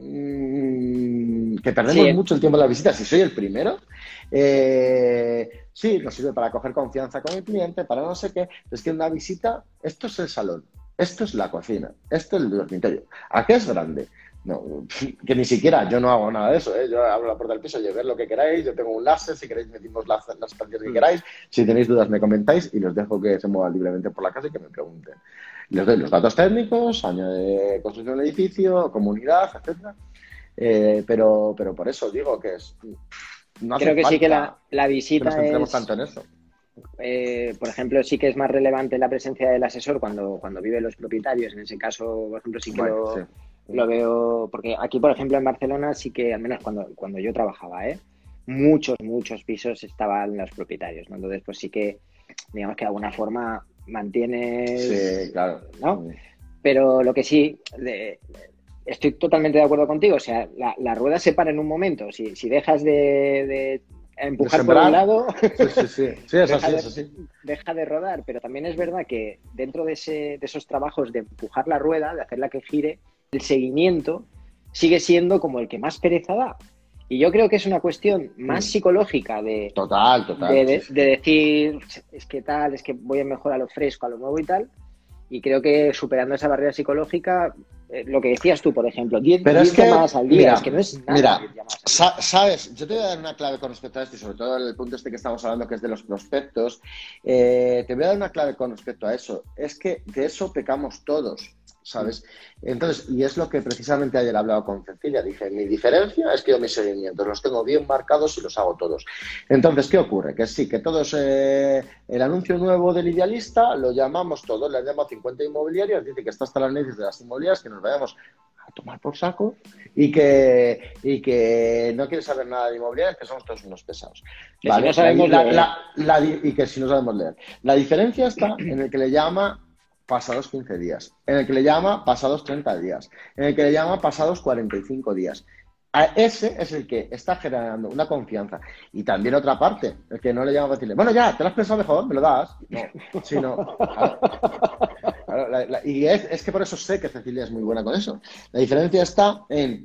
que perdemos Sí. mucho el tiempo en la visita, si soy el primero, eh, sí, nos sirve para coger confianza con el cliente, para no sé qué, es que una visita, esto es el salón, esto es la cocina, esto es el dormitorio, ¿a qué es grande? No, que ni siquiera, yo no hago nada de eso, ¿eh? Yo abro la puerta del piso, yo ver lo que queráis, yo tengo un láser, si queréis metimos las, las estancias que queráis, si tenéis dudas me comentáis y los dejo que se muevan libremente por la casa y que me pregunten. Les doy los datos técnicos, año de construcción del edificio, comunidad, etcétera. Eh, pero, pero por eso digo que es... No hace Creo que falta sí que la, la que visita nos centremos es... tanto en eso. Eh, por ejemplo, sí que es más relevante la presencia del asesor cuando, cuando viven los propietarios. En ese caso, por ejemplo, sí que Bueno, lo, sí. lo veo... Porque aquí, por ejemplo, en Barcelona sí que, al menos cuando, cuando yo trabajaba, ¿eh? muchos, muchos pisos estaban los propietarios, ¿no? Entonces, pues sí que, digamos que de alguna forma mantienes... Sí, claro. ¿no? Pero lo que sí, de, estoy totalmente de acuerdo contigo. O sea, la, la rueda se para en un momento. Si, si dejas de, de empujar De por sembrar. un lado, Sí, sí, sí. Sí, es deja, así, de, es así. deja de rodar. Pero también es verdad que dentro de, ese, de esos trabajos de empujar la rueda, de hacerla que gire, el seguimiento sigue siendo como el que más pereza da. Y yo creo que es una cuestión más psicológica de, Total, total. de, de, sí, sí. de decir, es que tal, es que voy a mejor a lo fresco, a lo nuevo y tal. Y creo que superando esa barrera psicológica, eh, lo que decías tú, por ejemplo, diez llamadas al día, mira, es que no es nada. Mira, diez llamadas al día. sa sabes, yo te voy a dar una clave con respecto a esto y sobre todo en el punto este que estamos hablando que es de los prospectos. Eh, te voy a dar una clave con respecto a eso. Es que de eso pecamos todos, ¿sabes? Entonces, y es lo que precisamente ayer he hablado con Cecilia. Dije, mi diferencia es que yo mis seguimientos los tengo bien marcados y los hago todos. Entonces, ¿qué ocurre? Que sí, que todos, eh, el anuncio nuevo del Idealista lo llamamos todos, le han llamado cincuenta inmobiliarias, dice que está hasta las narices de las inmobiliarias, que nos vayamos a tomar por saco y que, y que no quiere saber nada de inmobiliarias, que somos todos unos pesados. Que ¿Vale? si no sabemos la, leer. la, la, la, y que si no sabemos leer. La diferencia está en el que le llama pasados quince días, en el que le llama pasados treinta días, en el que le llama pasados cuarenta y cinco días. A ese es el que está generando una confianza. Y también otra parte, el que no le llama para decirle, bueno, ya, te lo has pensado mejor, me lo das. No, sino... Claro, claro, la, la, y es, es que por eso sé que Cecilia es muy buena con eso. La diferencia está en...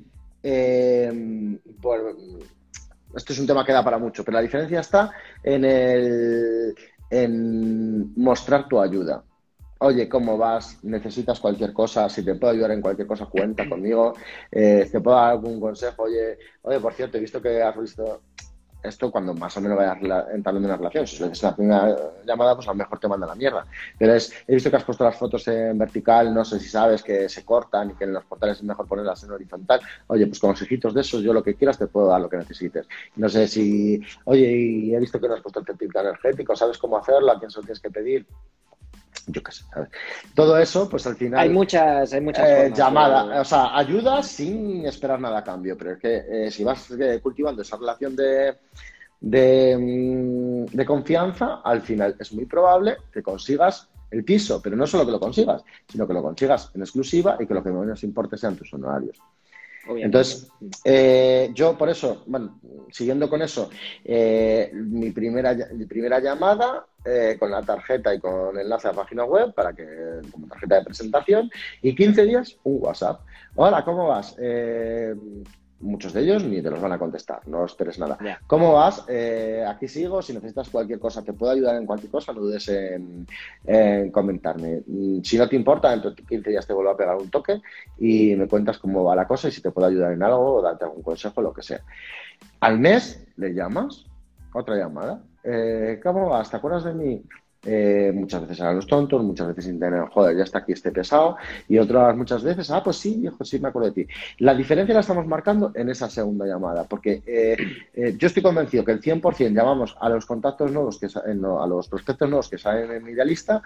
Eh, por, esto es un tema que da para mucho, pero la diferencia está en, el, en mostrar tu ayuda. Oye, ¿cómo vas? ¿Necesitas cualquier cosa? Si te puedo ayudar en cualquier cosa, cuenta conmigo. Eh, ¿Te puedo dar algún consejo? Oye, oye, por cierto, he visto que has visto esto cuando más o menos vayas entrando en una relación. Si es la primera llamada, pues a lo mejor te manda la mierda. Pero es, he visto que has puesto las fotos en vertical, no sé si sabes que se cortan y que en los portales es mejor ponerlas en horizontal. Oye, pues consejitos de esos, yo lo que quieras te puedo dar lo que necesites. No sé si, oye, y he visto que no has puesto el certificado energético, ¿sabes cómo hacerlo? ¿A quién se lo tienes que pedir? Yo qué sé, ¿sabes? Todo eso, pues al final... Hay muchas, hay muchas eh, formas. llamada, de... o sea, ayuda sin esperar nada a cambio, pero es que eh, si vas eh, cultivando esa relación de, de, de confianza, al final es muy probable que consigas el piso, pero no solo que lo consigas, sino que lo consigas en exclusiva y que lo que menos importe sean tus honorarios. Obviamente. Entonces, eh, yo por eso, bueno, siguiendo con eso, eh, mi, primera, mi primera llamada eh, con la tarjeta y con enlace a página web para que, como tarjeta de presentación, y quince días un WhatsApp. Hola, ¿cómo vas? Eh, muchos de ellos ni te los van a contestar, no esperes nada. Yeah. ¿Cómo vas? Eh, aquí sigo, si necesitas cualquier cosa, te puedo ayudar en cualquier cosa, no dudes en, en comentarme. Si no te importa, dentro de quince días te vuelvo a pegar un toque y me cuentas cómo va la cosa y si te puedo ayudar en algo o darte algún consejo, lo que sea. Al mes le llamas, otra llamada. Eh, ¿Cómo vas? ¿Te acuerdas de mí? Eh, muchas veces eran los tontos, muchas veces intentan, joder, ya está aquí este pesado, y otras muchas veces, ah, pues sí, viejo, sí, me acuerdo de ti. La diferencia la estamos marcando en esa segunda llamada, porque eh, eh, yo estoy convencido que el cien por ciento llamamos a los contactos nuevos, que eh, no, a los prospectos nuevos que salen en mi idealista,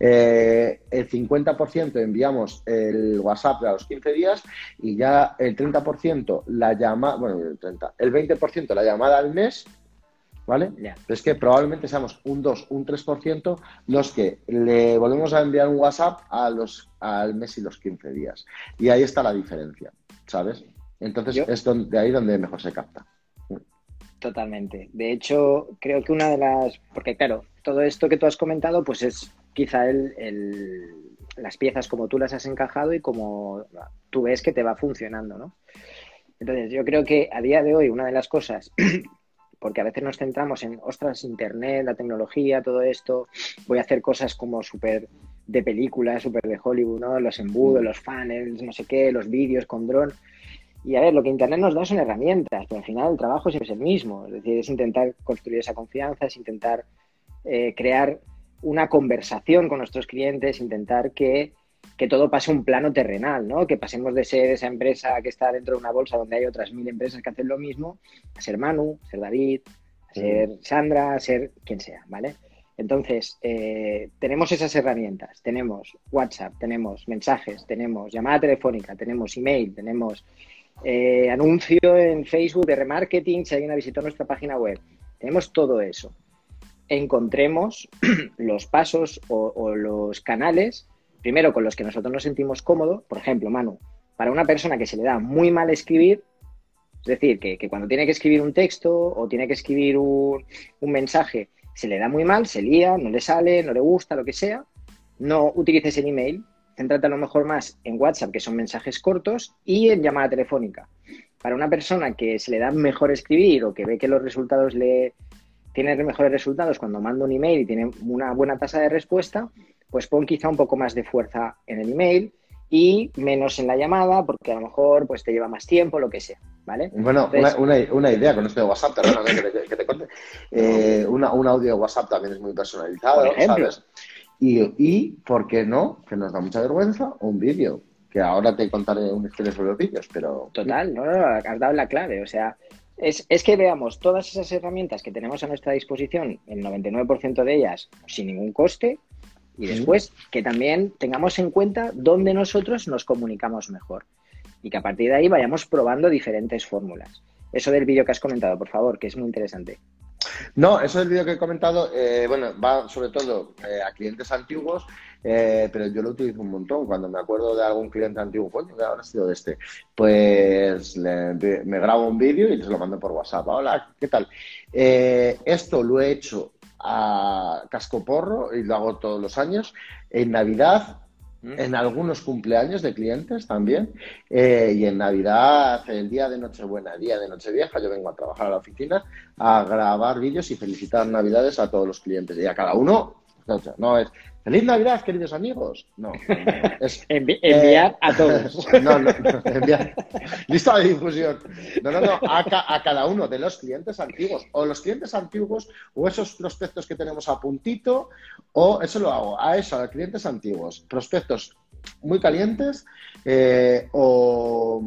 eh, el cincuenta por ciento enviamos el WhatsApp a los quince días y ya el treinta por ciento la llamada, bueno, el treinta, el veinte por ciento la llamada al mes. ¿Vale? Yeah. Pero es que probablemente seamos un dos, un tres por ciento los que le volvemos a enviar un WhatsApp a los, al mes y los quince días. Y ahí está la diferencia, ¿sabes? Entonces Yo... es donde, de ahí donde mejor se capta. Totalmente. De hecho, creo que una de las... Porque claro, todo esto que tú has comentado, pues es quizá el, el... las piezas como tú las has encajado y como tú ves que te va funcionando, ¿no? Entonces, yo creo que a día de hoy una de las cosas... porque a veces nos centramos en, ostras, internet, la tecnología, todo esto, voy a hacer cosas como súper de película, súper de Hollywood, ¿no? Los embudos, los funnels, no sé qué, los vídeos con dron. Y a ver, lo que internet nos da son herramientas, pero al final el trabajo siempre es el mismo. Es decir, es intentar construir esa confianza, es intentar eh, crear una conversación con nuestros clientes, intentar que... que todo pase un plano terrenal, ¿no? Que pasemos de ser esa empresa que está dentro de una bolsa donde hay otras mil empresas que hacen lo mismo, a ser Manu, a ser David, a ser Sandra, a ser quien sea, ¿vale? Entonces, eh, tenemos esas herramientas, tenemos WhatsApp, tenemos mensajes, tenemos llamada telefónica, tenemos email, tenemos eh, anuncio en Facebook de remarketing si alguien ha visitado nuestra página web, tenemos todo eso. Encontremos los pasos o, o los canales primero, con los que nosotros nos sentimos cómodos. Por ejemplo, Manu, para una persona que se le da muy mal escribir, es decir, que, que cuando tiene que escribir un texto o tiene que escribir un, un mensaje, se le da muy mal, se lía, no le sale, no le gusta, lo que sea, no utilices el email, céntrate a lo mejor más en WhatsApp, que son mensajes cortos, y en llamada telefónica. Para una persona que se le da mejor escribir o que ve que los resultados le tienen mejores resultados cuando manda un email y tiene una buena tasa de respuesta, pues pon quizá un poco más de fuerza en el email y menos en la llamada, porque a lo mejor pues te lleva más tiempo, lo que sea, ¿vale? Bueno, Entonces, una, una, una idea con esto de WhatsApp, perdóname que te, que te corte. Eh, una, un audio de WhatsApp también es muy personalizado, ¿sabes? Y, y, ¿por qué no? Que nos da mucha vergüenza, un vídeo. Que ahora te contaré una historia sobre los vídeos, pero... Total, no, no, no, has dado la clave, o sea... Es, es que veamos todas esas herramientas que tenemos a nuestra disposición, el noventa y nueve por ciento de ellas sin ningún coste, y después que también tengamos en cuenta dónde nosotros nos comunicamos mejor y que a partir de ahí vayamos probando diferentes fórmulas. Eso del vídeo que has comentado, por favor, que es muy interesante. No, eso del vídeo que he comentado, eh, bueno, va sobre todo eh, a clientes antiguos, eh, pero yo lo utilizo un montón. Cuando me acuerdo de algún cliente antiguo, coño, que ahora ha sido de este, pues le, me grabo un vídeo y les lo mando por WhatsApp. Hola, ¿qué tal? Eh, esto lo he hecho a cascoporro y lo hago todos los años. En Navidad, en algunos cumpleaños de clientes también, eh, y en Navidad, el día de Nochebuena, el día de Nochevieja, yo vengo a trabajar a la oficina a grabar vídeos y felicitar Navidades a todos los clientes y a cada uno. No es ¡Feliz Navidad, queridos amigos! No, es Envi enviar eh, a todos. No, no, no, enviar. Lista de difusión. No, no, no, a, ca a cada uno de los clientes antiguos, o los clientes antiguos, o esos prospectos que tenemos a puntito, o eso lo hago, a eso, a los clientes antiguos, prospectos muy calientes, eh, o,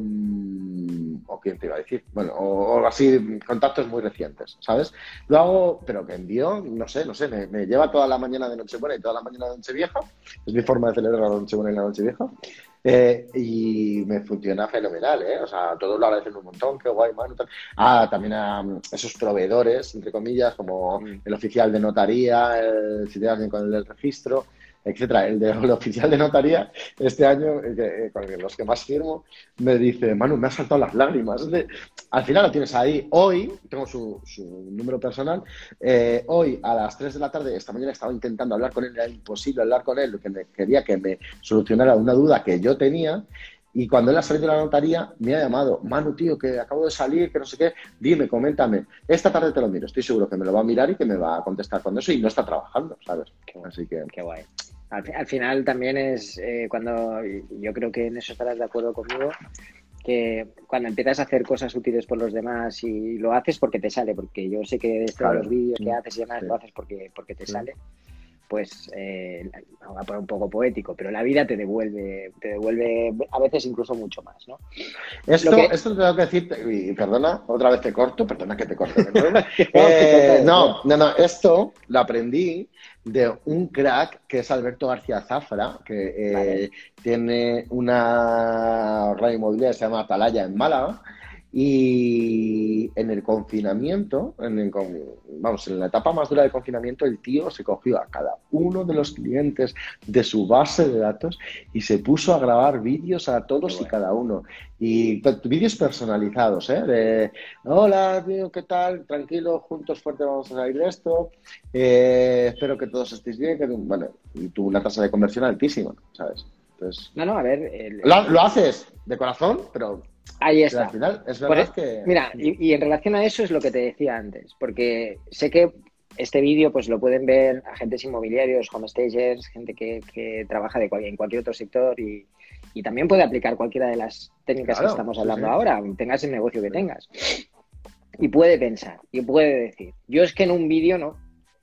o quién te iba a decir, bueno, o, o así, contactos muy recientes, ¿sabes? Lo hago, pero que envío, no sé, no sé, me, me lleva toda la mañana de Nochebuena y toda la mañana de Nochevieja, es mi forma de celebrar la Nochebuena y la Nochevieja, eh, y me funciona fenomenal, ¿eh? O sea, todos lo agradecen un montón, qué guay, mano, tal. Ah, también a esos proveedores, entre comillas, como el oficial de notaría, el, si te hacen con el registro. etcétera. El de el oficial de notaría, este año, eh, que, eh, con los que más firmo, me dice, Manu, me ha saltado las lágrimas. Es de- al final lo tienes ahí. Hoy, tengo su, su número personal, eh, hoy a las tres de la tarde, esta mañana estaba intentando hablar con él, era imposible hablar con él, que me, quería que me solucionara una duda que yo tenía. Y cuando él ha salido de la notaría, me ha llamado, Manu, tío, que acabo de salir, que no sé qué, dime, coméntame. Esta tarde te lo miro, estoy seguro que me lo va a mirar y que me va a contestar cuando eso y no está trabajando, ¿sabes? Qué, Así que... qué guay. Al, fi- al final también es eh, cuando, y yo creo que en eso estarás de acuerdo conmigo, que cuando empiezas a hacer cosas útiles por los demás y lo haces porque te sale, porque yo sé que esto de Claro. los vídeos que Mm, haces y demás sí. lo haces porque, porque te Sí. sale, pues eh, va a poner un poco poético, pero la vida te devuelve, te devuelve a veces incluso mucho más, ¿no? Esto, Lo que... esto te tengo que decir, y perdona, otra vez te corto, perdona que te corte de nuevo. No, Eh, que no, no, no, esto lo aprendí de un crack que es Alberto García Zafra, que eh, Vale. tiene una radio inmobiliaria que se llama Atalaya en Málaga. Y en el confinamiento, en el con- vamos, en la etapa más dura del confinamiento, el tío se cogió a cada uno de los clientes de su base de datos y se puso a grabar vídeos a todos Qué y bueno. cada uno. Y pe- vídeos personalizados, ¿eh? De, hola, tío, ¿qué tal? Tranquilo, juntos, fuerte, vamos a salir de esto. Eh, espero que todos estéis bien. Que, bueno, y tuvo una tasa de conversión altísima, ¿sabes? Entonces, No, no, a ver, el- lo, el- lo haces de corazón, pero... ahí Pero está. al final es Por verdad e- que... Mira, y, y en relación a eso es lo que te decía antes, porque sé que este vídeo pues lo pueden ver agentes inmobiliarios, homestagers, gente que, que trabaja de cual- en cualquier otro sector y, y también puede aplicar cualquiera de las técnicas Claro, que estamos sí, hablando sí. ahora, tengas el negocio que Sí. tengas. Y puede pensar, y puede decir, yo es que en un vídeo no,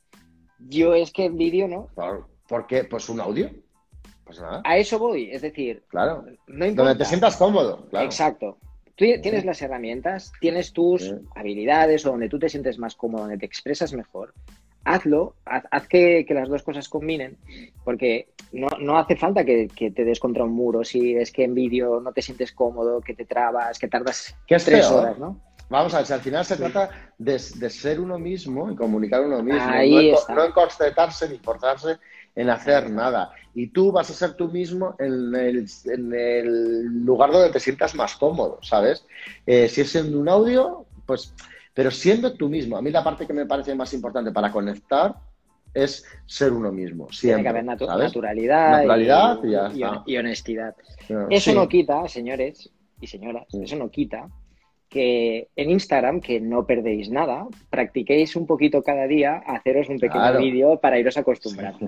yo es que en vídeo no. Por, ¿por qué? Pues un audio. Pues nada, A eso voy, es decir, claro. no importa. Donde te sientas cómodo, claro. Exacto. Tú tienes las herramientas, tienes tus Sí. habilidades o donde tú te sientes más cómodo, donde te expresas mejor. Hazlo, haz, haz que, que las dos cosas combinen, porque no, no hace falta que, que te des contra un muro si es que en vídeo no te sientes cómodo, que te trabas, que tardas ¿Qué es tres peor? horas, ¿no? Vamos a ver, si al final se trata de, de ser uno mismo y comunicar uno mismo, Ahí no en, co- está. no en concentrarse ni forzarse en hacer nada. Y tú vas a ser tú mismo en el, en el lugar donde te sientas más cómodo, ¿sabes? Eh, si es en un audio, pues, pero siendo tú mismo. A mí la parte que me parece más importante para conectar es ser uno mismo, Tiene siempre, que haber natu- ¿sabes? naturalidad, Naturalidad y y, ya y, está. y honestidad. Pero, Eso sí. no quita, señores y señoras, Sí. eso no quita que en Instagram, que no perdéis nada, practiquéis un poquito cada día, haceros un pequeño Claro. vídeo para iros acostumbrando.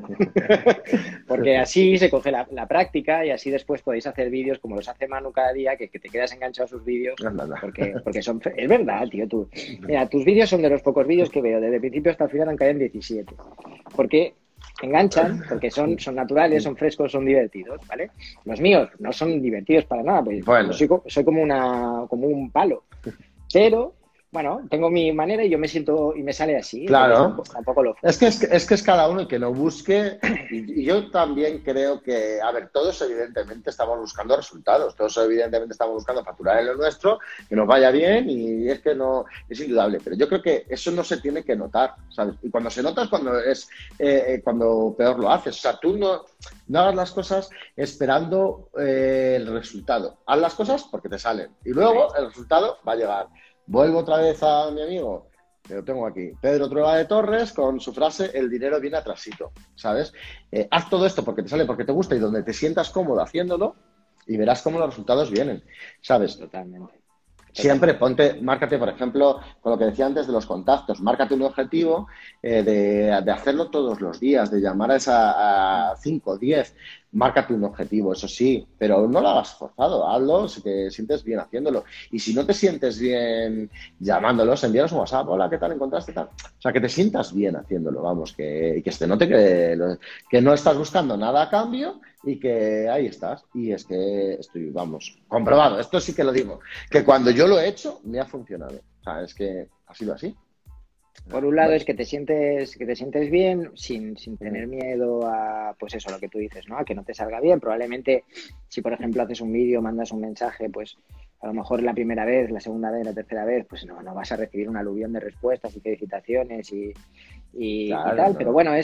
Porque así se coge la, la práctica y así después podéis hacer vídeos como los hace Manu cada día, que, que te quedas enganchado a sus vídeos, Anda, anda. porque, porque son... Es verdad, tío, tú. Mira, tus vídeos son de los pocos vídeos que veo, desde el principio hasta el final han caído en diecisiete. Porque enganchan, porque son, son naturales, son frescos, son divertidos, ¿vale? Los míos no son divertidos para nada, pues Bueno. yo soy, co- soy como una como un palo. Pero, bueno, tengo mi manera y yo me siento y me sale así. Claro. Entonces, tampoco, tampoco lo Es que es, es que es cada uno el que no busque. Y, y yo también creo que, a ver, todos evidentemente estamos buscando resultados, todos evidentemente estamos buscando facturar en lo nuestro, que nos vaya bien y es que no, es indudable. Pero yo creo que eso no se tiene que notar, ¿sabes? Y cuando se nota es cuando es eh, eh, cuando peor lo haces. O sea, tú no, no hagas las cosas esperando eh, el resultado. Haz las cosas porque te salen. Y luego el resultado va a llegar. Vuelvo otra vez a mi amigo, que lo tengo aquí, Pedro Trueba de Torres, con su frase, el dinero viene atrasito, ¿sabes? Eh, haz todo esto porque te sale, porque te gusta y donde te sientas cómodo haciéndolo y verás cómo los resultados vienen, ¿sabes? Totalmente. Siempre ponte, márcate, por ejemplo, con lo que decía antes de los contactos, márcate un objetivo eh, de, de hacerlo todos los días, de llamar a esa a cinco, diez, márcate un objetivo, eso sí, pero no lo hagas forzado, hazlo si te sientes bien haciéndolo. Y si no te sientes bien llamándolos, envíalos un WhatsApp, hola, ¿qué tal? ¿Encontraste tal? O sea, que te sientas bien haciéndolo, vamos, que, que se note que, que no estás buscando nada a cambio y que ahí estás. Y es que estoy, vamos, comprobado, esto sí que lo digo, que cuando yo lo he hecho, me ha funcionado. O sea, es que ha sido así. Por un lado Bueno. es que te sientes, que te sientes bien sin, sin tener miedo a, pues eso, lo que tú dices, ¿no? A que no te salga bien. Probablemente, si por ejemplo haces un vídeo, mandas un mensaje, pues a lo mejor la primera vez, la segunda vez, la tercera vez, pues no, no vas a recibir un aluvión de respuestas y felicitaciones y, y, Claro, y tal. no. Pero bueno, es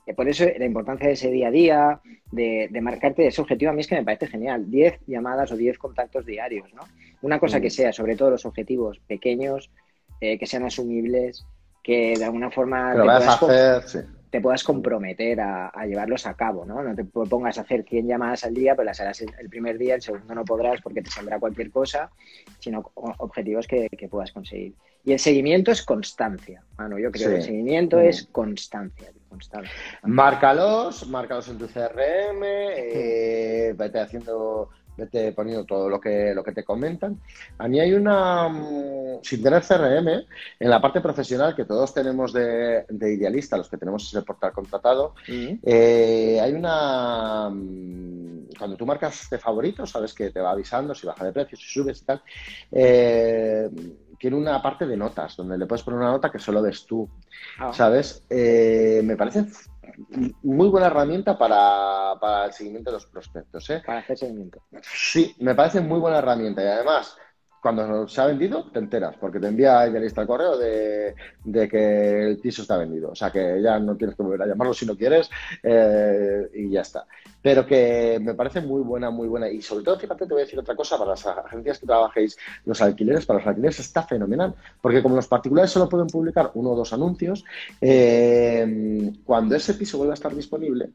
Por eso la importancia de ese día a día, de, de marcarte ese objetivo, a mí es que me parece genial. diez llamadas o diez contactos diarios, ¿no? Una cosa que sea, sobre todo los objetivos pequeños, eh, que sean asumibles, que de alguna forma Que lo te vayas puedas, a hacer, sí. te puedas comprometer a, a llevarlos a cabo, ¿no? No te pongas a hacer cien llamadas al día, pero las harás el, el primer día, el segundo no podrás porque te saldrá cualquier cosa, sino objetivos que, que puedas conseguir. Y el seguimiento es constancia. Bueno, yo creo Sí. que el seguimiento Mm. es constancia. constancia. Márcalos, márcalos en tu C R M, eh, vete haciendo, vete poniendo todo lo que, lo que te comentan. A mí hay una, mm, sin tener C R M, en la parte profesional que todos tenemos de, de Idealista, los que tenemos ese portal contratado, Mm. eh, hay una, mm, cuando tú marcas de favorito, sabes que te va avisando si baja de precio, si subes y tal, eh, tiene una parte de notas, donde le puedes poner una nota que solo ves tú, Ah. ¿sabes? Eh, me parece muy buena herramienta para, para el seguimiento de los prospectos, ¿eh? Para hacer seguimiento. Sí, me parece muy buena herramienta y además, cuando se ha vendido, te enteras, porque te envía Idealista el correo de, de que el piso está vendido. O sea, que ya no tienes que volver a llamarlo si no quieres eh, y ya está. Pero que me parece muy buena, muy buena. Y sobre todo, fíjate, te voy a decir otra cosa, para las agencias que trabajéis los alquileres, para los alquileres está fenomenal, porque como los particulares solo pueden publicar uno o dos anuncios, eh, cuando ese piso vuelva a estar disponible,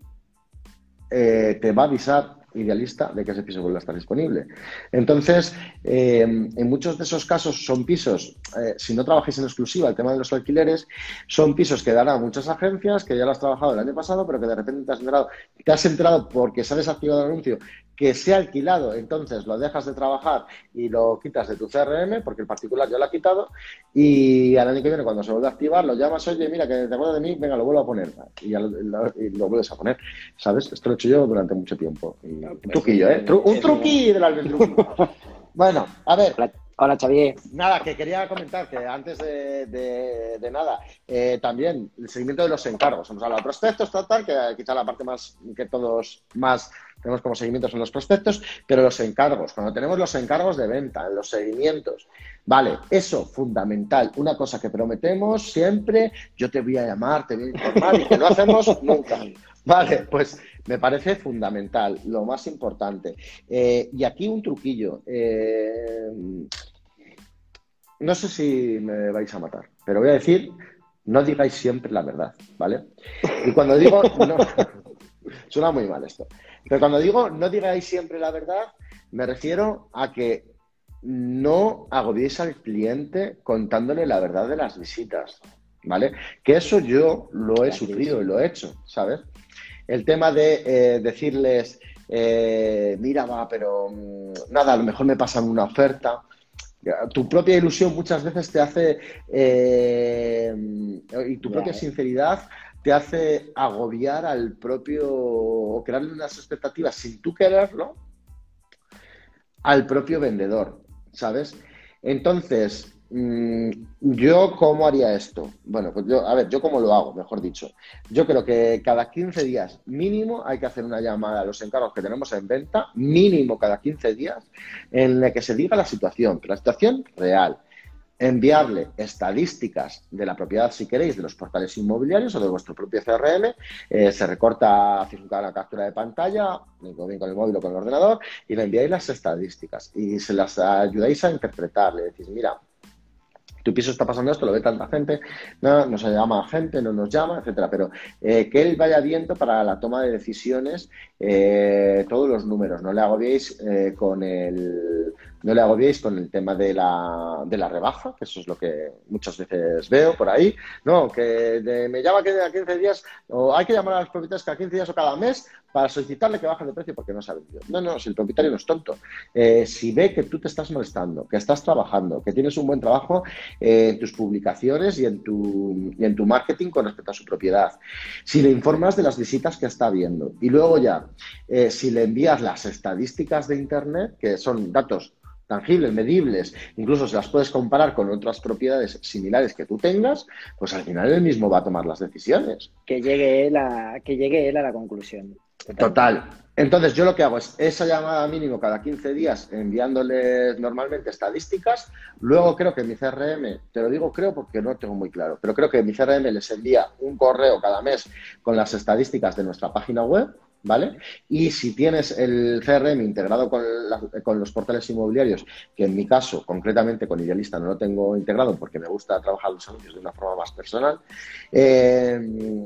eh, te va a avisar Idealista de que ese piso vuelve a estar disponible. Entonces, eh, en muchos de esos casos son pisos, eh, si no trabajáis en exclusiva, el tema de los alquileres, son pisos que dan a muchas agencias, que ya lo has trabajado el año pasado, pero que de repente te has enterado, te has enterado porque se ha desactivado el anuncio, que se ha alquilado, entonces lo dejas de trabajar y lo quitas de tu C R M, porque el particular ya lo ha quitado, y al año que viene, cuando se vuelve a activar, lo llamas, oye, mira, que te acuerdas de mí, venga, lo vuelvo a poner, y ya lo, lo, y lo vuelves a poner, ¿sabes? Esto lo he hecho yo durante mucho tiempo. Y un truquillo, ¿eh? Tru un truquillo del albedrío. Bueno, a ver. Hola, hola Xavier. Nada, que quería comentar que antes de, de, de nada, eh, también el seguimiento de los encargos. Hemos hablado de prospectos, tal, tal, que quizá la parte más que todos más tenemos como seguimiento son los prospectos, pero los encargos, cuando tenemos los encargos de venta, los seguimientos, vale, eso fundamental, una cosa que prometemos siempre, yo te voy a llamar, te voy a informar y que no hacemos nunca. Vale, pues me parece fundamental, lo más importante. Eh, y aquí un truquillo. Eh, no sé si me vais a matar, pero voy a decir, no digáis siempre la verdad, ¿vale? Y cuando digo, no, suena muy mal esto, pero cuando digo no digáis siempre la verdad, me refiero a que no agobiéis al cliente contándole la verdad de las visitas, ¿vale? Que eso yo lo he sufrido y lo he hecho, ¿sabes? El tema de eh, decirles, eh, mira, va, pero mmm, nada, a lo mejor me pasan una oferta. Tu propia ilusión muchas veces te hace, eh, y tu propia sinceridad te hace agobiar al propio, o crearle unas expectativas sin tú quererlo, al propio vendedor, ¿sabes? Entonces, ¿yo cómo haría esto? Bueno, pues yo, a ver, ¿yo cómo lo hago? Mejor dicho. Yo creo que cada quince días mínimo hay que hacer una llamada a los encargos que tenemos en venta, mínimo cada quince días, en la que se diga la situación, pero la situación real. Enviarle estadísticas de la propiedad, si queréis, de los portales inmobiliarios o de vuestro propio C R M. Eh, se recorta, hacéis una captura de pantalla, bien con el móvil o con el ordenador, y le enviáis las estadísticas y se las ayudáis a interpretar. Le decís, mira, tu piso está pasando esto, lo ve tanta gente, no nos llama gente, no nos llama, etcétera. Pero eh, que él vaya viendo para la toma de decisiones eh, todos los números. No le agobiéis eh, con el... No le agobiéis con el tema de la, de la rebaja, que eso es lo que muchas veces veo por ahí. No, que de, me llama que a quince días, o hay que llamar a los propietarios cada quince días o cada mes para solicitarle que bajen de precio porque no se ha vendido. No, no, si el propietario no es tonto. Eh, si ve que tú te estás molestando, que estás trabajando, que tienes un buen trabajo eh, en tus publicaciones y en tu, y en tu marketing con respecto a su propiedad, si le informas de las visitas que está viendo y luego ya, eh, si le envías las estadísticas de Internet, que son datos tangibles, medibles, incluso se las puedes comparar con otras propiedades similares que tú tengas, pues al final él mismo va a tomar las decisiones. Que llegue él a, que llegue él a la conclusión. Total. Entonces, yo lo que hago es esa llamada mínimo cada quince días, enviándoles normalmente estadísticas. Luego creo que mi C R M, te lo digo creo porque no tengo muy claro, pero creo que mi C R M les envía un correo cada mes con las estadísticas de nuestra página web, ¿vale? Y si tienes el C R M integrado con, la, con los portales inmobiliarios, que en mi caso, concretamente con Idealista, no lo tengo integrado porque me gusta trabajar los anuncios de una forma más personal, eh,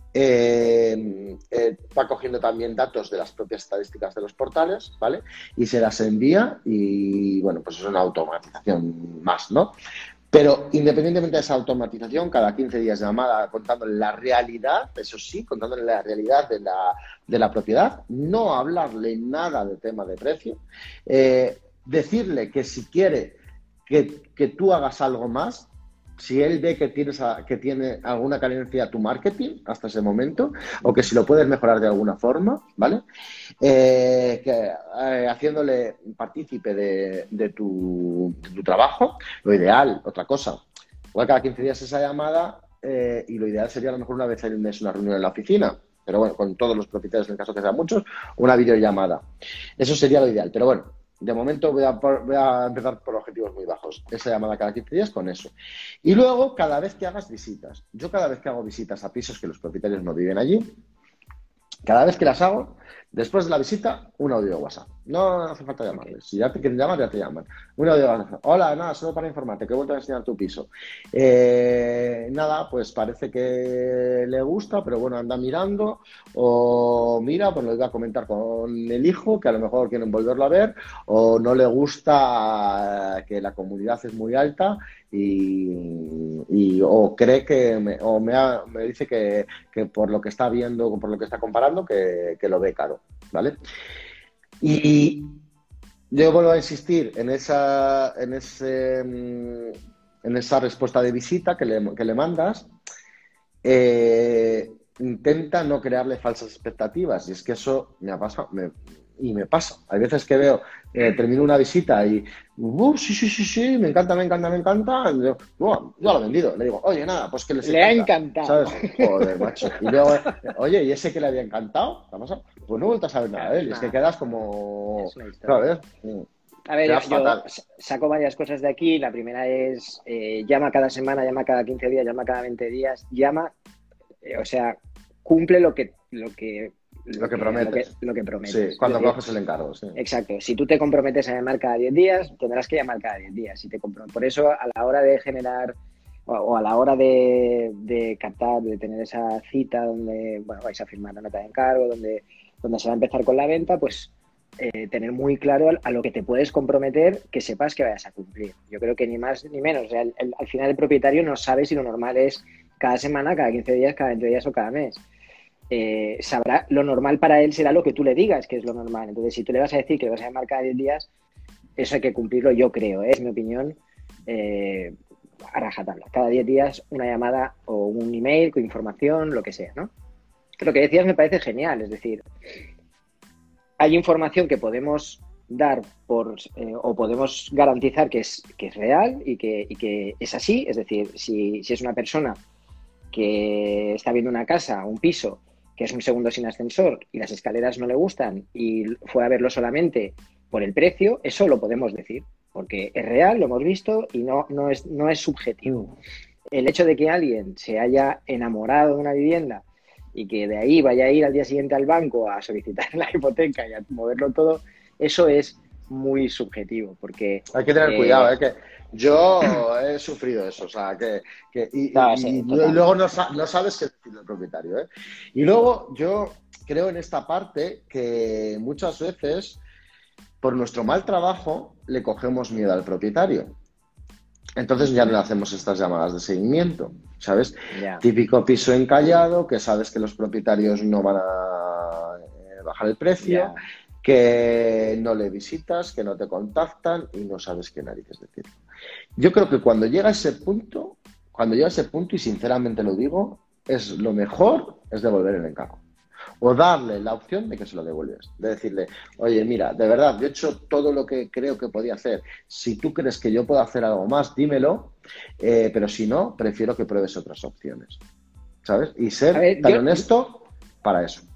Eh, eh, va cogiendo también datos de las propias estadísticas de los portales, ¿vale? Y se las envía y, bueno, pues es una automatización más, ¿no? Pero independientemente de esa automatización, cada quince días de llamada contándole la realidad, eso sí, contándole la realidad de la, de la propiedad, no hablarle nada de tema de precio, eh, decirle que si quiere que, que tú hagas algo más, si él ve que, tienes a, que tiene alguna carencia a tu marketing hasta ese momento, o que si lo puedes mejorar de alguna forma, ¿vale? Eh, que, eh, haciéndole partícipe de, de, tu, de tu trabajo, lo ideal, otra cosa, igual cada quince días esa llamada, eh, y lo ideal sería a lo mejor una vez al mes una reunión en la oficina, pero bueno, con todos los propietarios, en el caso que sean muchos, una videollamada. Eso sería lo ideal, pero bueno, de momento voy a, voy a empezar por objetivos muy bajos. Esa llamada cada quince días con eso. Y luego, cada vez que hagas visitas. Yo cada vez que hago visitas a pisos que los propietarios no viven allí, cada vez que las hago, después de la visita, un audio de WhatsApp. No hace falta llamarles. Si ya te quieren llamar, ya te llaman. Un audio de WhatsApp. Hola, nada, solo para informarte que he vuelto a enseñar tu piso. Eh, nada, pues parece que le gusta, pero bueno, anda mirando. O mira, pues lo iba a comentar con el hijo, que a lo mejor quieren volverlo a ver. O no le gusta que la comunidad es muy alta y, y o cree que, me, o me, ha, me dice que, que por lo que está viendo, por lo que está comparando, que, que lo ve caro, ¿vale? Y yo vuelvo a insistir en esa, en ese, en esa respuesta de visita que le, que le mandas. Eh, intenta no crearle falsas expectativas, y es que eso me ha pasado, me, y me pasa. Hay veces que veo, eh, termino una visita y, uh, sí, sí, sí, sí, me encanta, me encanta, me encanta. Y yo, oh, yo lo he vendido. Le digo, oye, nada, pues que les Le encanta, ha encantado. ¿sabes? Joder, macho. Y luego, oye, ¿y ese que le había encantado? ¿Qué ha pasado? Pues no he vuelto a saber nada de él. Y es que quedas como, ¿sabes? A ver, yo, yo saco varias cosas de aquí. La primera es, eh, llama cada semana, llama cada quince días, llama cada veinte días, llama, eh, o sea, cumple lo que, lo que Lo que prometes. Lo que, lo que prometes. Sí, cuando es decir, coges el encargo, sí. Exacto. Si tú te comprometes a llamar cada diez días, tendrás que llamar cada diez días. Si te Por eso, a la hora de generar o, o a la hora de, de captar, de tener esa cita donde, bueno, vais a firmar la nota de encargo, donde, donde se va a empezar con la venta, pues eh, tener muy claro a lo que te puedes comprometer, que sepas que vayas a cumplir. Yo creo que ni más ni menos. O sea, el, el, al final el propietario no sabe si lo normal es cada semana, cada quince días, cada veinte días o cada mes. Eh, sabrá, lo normal para él será lo que tú le digas que es lo normal. Entonces, si tú le vas a decir que le vas a llamar cada diez días, eso hay que cumplirlo, yo creo, ¿eh? Es mi opinión, eh, a rajatabla. Cada diez días una llamada o un email con información, lo que sea, ¿no? Lo que decías me parece genial, es decir, hay información que podemos dar por eh, o podemos garantizar que es, que es real y que, y que es así, es decir, si, si es una persona que está viendo una casa, un piso, que es un segundo sin ascensor y las escaleras no le gustan y fue a verlo solamente por el precio, eso lo podemos decir, porque es real, lo hemos visto y no, no, es, no es subjetivo. El hecho de que alguien se haya enamorado de una vivienda y que de ahí vaya a ir al día siguiente al banco a solicitar la hipoteca y a moverlo todo, eso es muy subjetivo, porque... Hay que tener eh, cuidado, ¿eh? Que yo he sufrido eso, o sea, que... que y, no, sí, y, y luego no, no sabes qué decir el propietario, ¿eh? Y luego yo creo en esta parte que muchas veces, por nuestro mal trabajo, le cogemos miedo al propietario. Entonces ya no le hacemos estas llamadas de seguimiento, ¿sabes? Yeah. Típico piso encallado, que sabes que los propietarios no van a bajar el precio... Yeah. Que no le visitas, que no te contactan y no sabes qué narices decir. Yo creo que cuando llega a ese punto, cuando llega a ese punto, y sinceramente lo digo, es lo mejor es devolver el encargo. O darle la opción de que se lo devuelves. De decirle, oye, mira, de verdad, yo he hecho todo lo que creo que podía hacer. Si tú crees que yo puedo hacer algo más, dímelo. Eh, pero si no, prefiero que pruebes otras opciones. ¿Sabes? Y ser ver, tan yo... honesto para eso.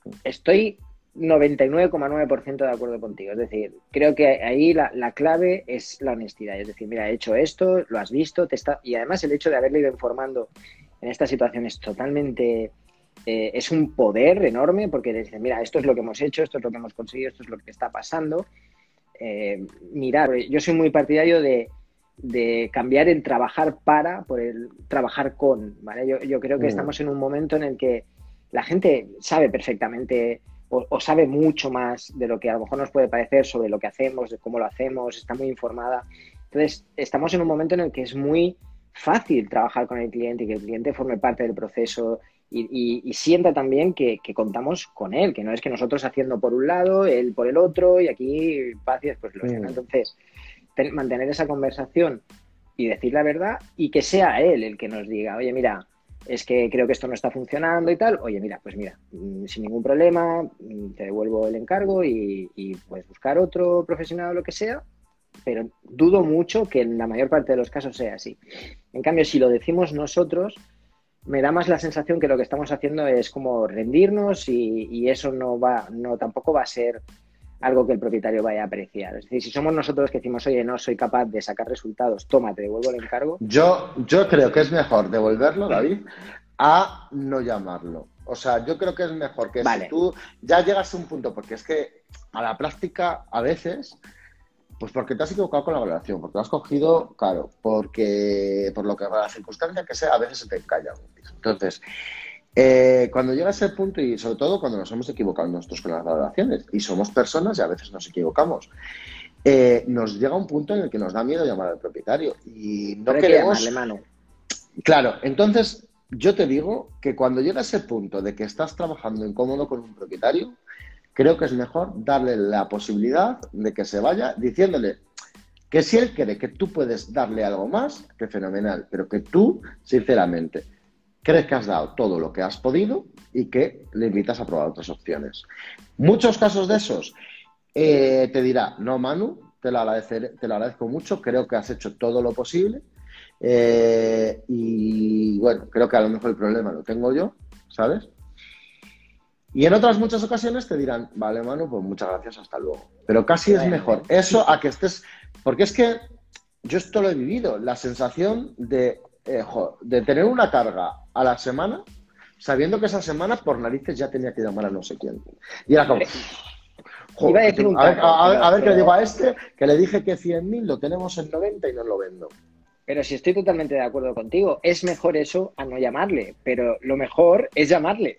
estoy noventa y nueve coma nueve por ciento de acuerdo contigo. Es decir, creo que ahí la, la clave es la honestidad. Es decir, mira, he hecho esto, lo has visto, te está... y además el hecho de haberle ido informando en esta situación es totalmente... Eh, es un poder enorme porque le dicen, mira, esto es lo que hemos hecho, esto es lo que hemos conseguido, esto es lo que está pasando. Eh, mirar, yo soy muy partidario de, de cambiar el trabajar para por el trabajar con, ¿vale? Yo, yo creo que mm. estamos en un momento en el que la gente sabe perfectamente o, o sabe mucho más de lo que a lo mejor nos puede parecer sobre lo que hacemos, de cómo lo hacemos, está muy informada. Entonces, estamos en un momento en el que es muy fácil trabajar con el cliente y que el cliente forme parte del proceso y, y, y sienta también que, que contamos con él, que no es que nosotros haciendo por un lado, él por el otro y aquí paz y después lo mm. Entonces, ten, mantener esa conversación y decir la verdad y que sea él el que nos diga, oye, mira, es que creo que esto no está funcionando y tal, oye, mira, pues mira, sin ningún problema, te devuelvo el encargo y, y puedes buscar otro profesional o lo que sea, pero dudo mucho que en la mayor parte de los casos sea así. En cambio, si lo decimos nosotros, me da más la sensación que lo que estamos haciendo es como rendirnos y, y eso no va, no tampoco va a ser algo que el propietario vaya a apreciar. Es decir, si somos nosotros que decimos, oye, no soy capaz de sacar resultados, toma, te devuelvo el encargo. Yo, yo creo que es mejor devolverlo, David, a no llamarlo. O sea, yo creo que es mejor que vale. Si tú ya llegas a un punto, porque es que a la práctica a veces, pues porque te has equivocado con la valoración, porque lo has cogido, claro, porque por lo que la circunstancia que sea, a veces se te encalla. Entonces, Eh, cuando llega a ese punto y sobre todo cuando nos hemos equivocado nosotros con las valoraciones y somos personas y a veces nos equivocamos, eh, nos llega un punto en el que nos da miedo llamar al propietario y no Pero queremos... que llamarle, Manu. Claro, entonces yo te digo que cuando llega a ese punto de que estás trabajando incómodo con un propietario, creo que es mejor darle la posibilidad de que se vaya diciéndole que si él cree que tú puedes darle algo más, que fenomenal, pero que tú, sinceramente, crees que has dado todo lo que has podido y que le invitas a probar otras opciones. Muchos casos de esos eh, te dirá, no, Manu, te lo, agradeceré, te lo agradezco mucho, creo que has hecho todo lo posible eh, y bueno, creo que a lo mejor el problema lo tengo yo, ¿sabes? Y en otras muchas ocasiones te dirán, vale, Manu, pues muchas gracias, hasta luego. Pero casi es mejor eso a que estés... Porque es que yo esto lo he vivido, la sensación de... Eh, joder, de tener una carga a la semana sabiendo que esa semana por narices ya tenía que llamar a no sé quién y era como joder, a, decir un a, ver, a, a, a ver qué le digo a este que le dije que cien mil lo tenemos en noventa y no lo vendo. Pero si estoy totalmente de acuerdo contigo, es mejor eso a no llamarle, pero lo mejor es llamarle.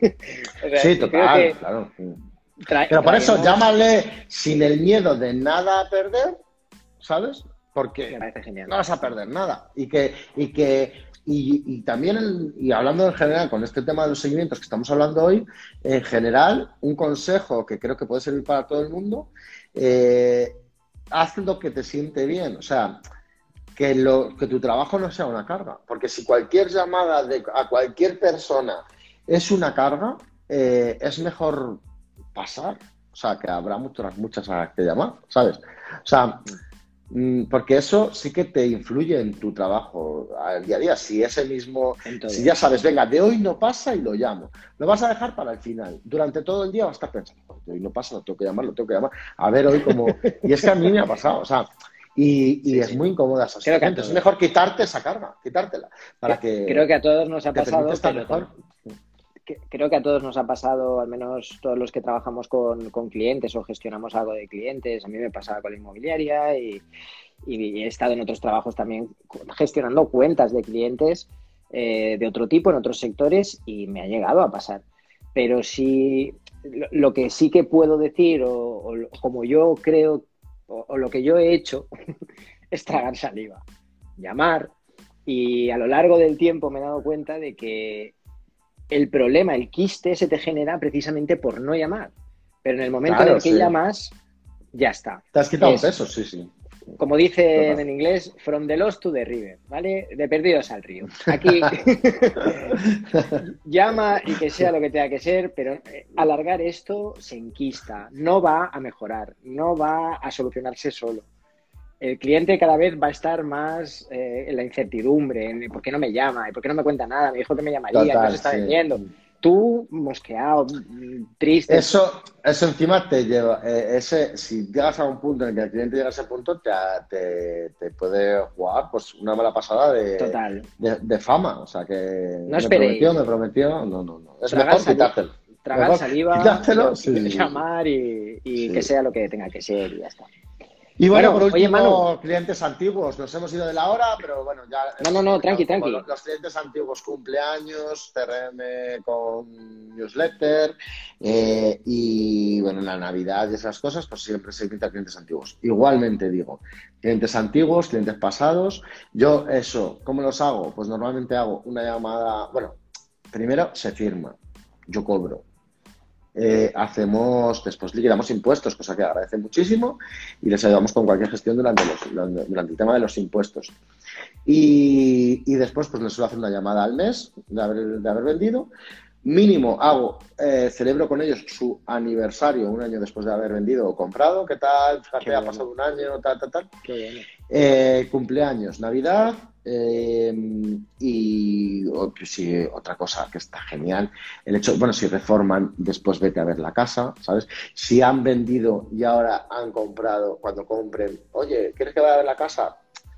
O sea, sí, total, que... claro. Trae, pero por traemos... eso llámale sin el miedo de nada a perder, ¿sabes? Porque no vas a perder nada. Y que, y que, y, y también, el, y hablando en general con este tema de los seguimientos que estamos hablando hoy, en general, un consejo que creo que puede servir para todo el mundo, eh, haz lo que te siente bien. O sea, que, lo, que tu trabajo no sea una carga. Porque si cualquier llamada de, a cualquier persona es una carga, eh, es mejor pasar. O sea, que habrá muchas, muchas a las que llamar, ¿sabes? O sea... Porque eso sí que te influye en tu trabajo al día a día. Si ese mismo, si ya sabes, venga, de hoy no pasa y lo llamo, lo vas a dejar para el final. Durante todo el día vas a estar pensando, de hoy no pasa, lo tengo que llamar, lo tengo que llamar. A ver hoy cómo... Y es que a mí me ha pasado, o sea, y, y sí, es sí. muy incómoda esa situación. Es mejor quitarte esa carga, quitártela. Para que, creo que a todos nos ha pasado... Estar mejor. Creo que a todos nos ha pasado, al menos todos los que trabajamos con, con clientes o gestionamos algo de clientes. A mí me pasaba con la inmobiliaria y, y he estado en otros trabajos también gestionando cuentas de clientes eh, de otro tipo, en otros sectores, y me ha llegado a pasar. Pero sí, lo, lo que sí que puedo decir, o, o como yo creo, o, o lo que yo he hecho, es tragar saliva, llamar. Y a lo largo del tiempo me he dado cuenta de que el problema, el quiste, se te genera precisamente por no llamar. Pero en el momento claro, en el que sí. llamas, ya está. Te has quitado es, peso, sí, sí. Como dicen Total. en inglés, from the lost to the river, ¿vale? De perdidos al río. Aquí llama y que sea lo que tenga que ser, pero alargar esto se enquista. No va a mejorar, no va a solucionarse solo. El cliente cada vez va a estar más eh, en la incertidumbre, en por qué no me llama, y por qué no me cuenta nada, me dijo que me llamaría, Total, que se está sí. vendiendo. tú mosqueado, triste. Eso, eso encima te lleva, eh, ese, si llegas a un punto en el que el cliente llega a ese punto, te, te, te puede jugar pues una mala pasada de, Total. de, de fama. O sea que No me esperéis. prometió, me prometió, no, no, no. Es Tragar mejor saliva, quitártelo. tragar Mejor saliva, quitártelo, sí, sí, sí. llamar y, y Sí. que sea lo que tenga que ser y ya está. Y bueno, Bueno, por oye, último, Manu. clientes antiguos. Nos hemos ido de la hora, pero bueno, ya No, hemos no, no, tranqui, comentado un poco tranqui. los clientes antiguos, cumpleaños, C R M con newsletter eh, y bueno, en la Navidad y esas cosas, pues siempre se invita a clientes antiguos. Igualmente digo, clientes antiguos, clientes pasados. Yo eso, ¿cómo los hago? Pues normalmente hago una llamada, bueno, primero se firma, yo cobro. Eh, hacemos, después liquidamos impuestos, cosa que agradece muchísimo, y les ayudamos con cualquier gestión durante, los, durante el tema de los impuestos. Y, y después, pues les suelo hacer una llamada al mes de haber, de haber vendido. Mínimo hago, eh, celebro con ellos su aniversario un año después de haber vendido o comprado. ¿Qué tal? Fíjate, Qué ha bueno. pasado un año, tal, tal, tal. Qué bueno. Eh, cumpleaños, Navidad eh, y oh, pues sí, otra cosa que está genial, el hecho, bueno, si reforman, después vete a ver la casa, ¿sabes? Si han vendido y ahora han comprado, cuando compren, oye, ¿quieres que vaya a ver la casa?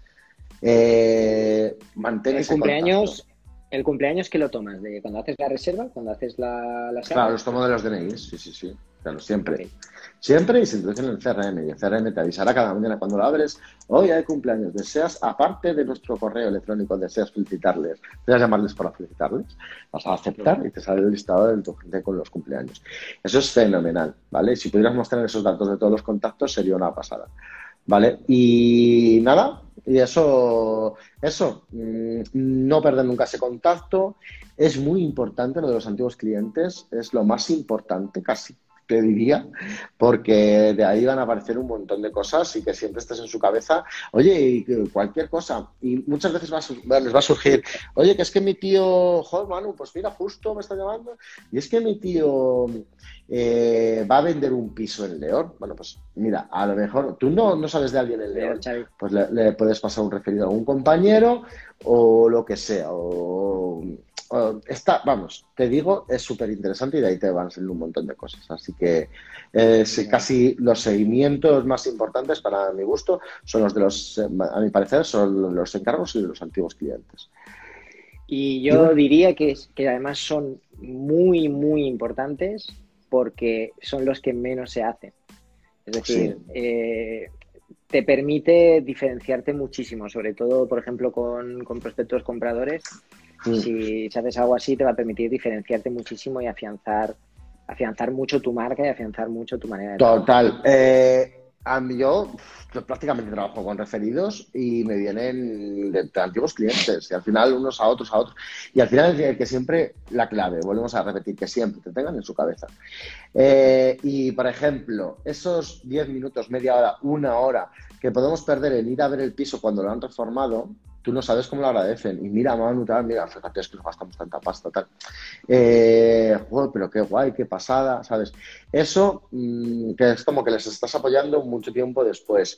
Eh, mantén El ese cumpleaños, contacto. el cumpleaños que lo tomas, de cuando haces la reserva, cuando haces la, la Claro, sala. los tomo de los D N Is, sí, sí, sí, claro, siempre. Ok. Siempre y se introducen en el C R M y el C R M te avisará cada mañana cuando lo abres, hoy hay cumpleaños, deseas, aparte de nuestro correo electrónico, deseas felicitarles, deseas llamarles para felicitarles, vas a aceptar y te sale el listado de tu gente con los cumpleaños. Eso es fenomenal, ¿vale? Si pudieras mostrar esos datos de todos los contactos sería una pasada, ¿vale? Y nada, y eso, eso, mmm, no perder nunca ese contacto, es muy importante lo de los antiguos clientes, es lo más importante casi, te diría, porque de ahí van a aparecer un montón de cosas y que siempre estés en su cabeza, oye, y que cualquier cosa, y muchas veces va a, sur- les va a surgir, oye, que es que mi tío, joder, Manu, pues mira, justo me está llamando, y es que mi tío eh, va a vender un piso en León. Bueno, pues mira, a lo mejor tú no, no sabes de alguien en León, León, Xavi. pues le, le puedes pasar un referido a algún compañero o lo que sea, o Uh, está, vamos, te digo, es súper interesante y de ahí te van a salir un montón de cosas. Así que eh, sí, casi los seguimientos más importantes para mi gusto son los de los, eh, a mi parecer, son los encargos y los antiguos clientes. Y Y yo bueno, diría que, es- que además son muy, muy importantes porque son los que menos se hacen. Es decir, sí, eh, te permite diferenciarte muchísimo, sobre todo, por ejemplo, con, con prospectos compradores. mm, Si, si haces algo así, te va a permitir diferenciarte muchísimo y afianzar, afianzar mucho tu marca y afianzar mucho tu manera de trabajar. total. Eh, a mí yo, yo prácticamente trabajo con referidos y me vienen de, de antiguos clientes y al final unos a otros a otros. Y al final es que siempre la clave, volvemos a repetir, que siempre te tengan en su cabeza. Eh, y, por ejemplo, esos diez minutos, media hora, una hora que podemos perder en ir a ver el piso cuando lo han reformado, tú no sabes cómo lo agradecen. Y mira, Manu, tal, mira, fíjate, es que nos gastamos tanta pasta, tal. Eh, joder, pero qué guay, qué pasada, ¿sabes? Eso, mmm, que es como que les estás apoyando mucho tiempo después.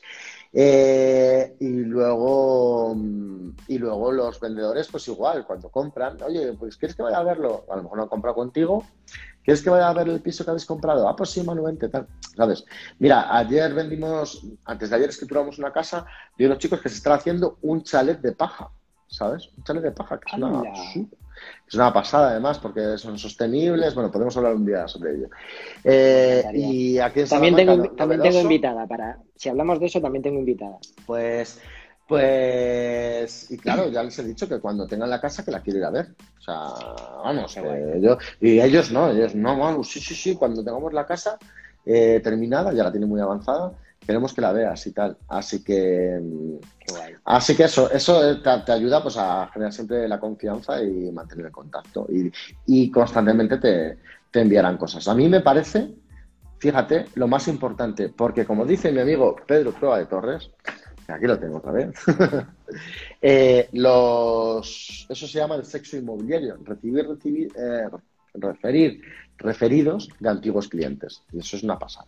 Eh, y luego, mm, y luego los vendedores, pues igual, cuando compran, oye, pues ¿quieres que vaya a verlo? A lo mejor no han comprado contigo. ¿Quieres que vaya a ver el piso que habéis comprado? Ah, pues sí, Manu, vente, tal. ¿Sabes? Mira, ayer vendimos, antes de ayer escrituramos una casa de unos chicos que se están haciendo un chalet de paja, ¿sabes? Un chalet de paja, que es una, ¡Hala! es una pasada además, porque son sostenibles. Bueno, podemos hablar un día sobre ello. Me Eh, encantaría. y aquí en También Salamanca, tengo, no- también tengo novedoso, invitada para, si hablamos de eso, también tengo invitada. pues, pues, y claro, ya les he dicho que cuando tengan la casa que la quiero ir a ver. O sea, vamos, Qué guay. que yo, y ellos no, ellos no, Manu, sí, sí, sí, cuando tengamos la casa eh, terminada, ya la tiene muy avanzada, queremos que la veas y tal. Así que, mm, Qué guay. así que eso, eso te, te ayuda pues a generar siempre la confianza y mantener el contacto. Y, y constantemente te, te enviarán cosas. A mí me parece, fíjate, lo más importante, porque como dice mi amigo Pedro Proa de Torres, que aquí lo tengo otra vez, eh, los, eso se llama el sexo inmobiliario, recibir, recibir, eh, referir referidos de antiguos clientes. Y eso es una pasada.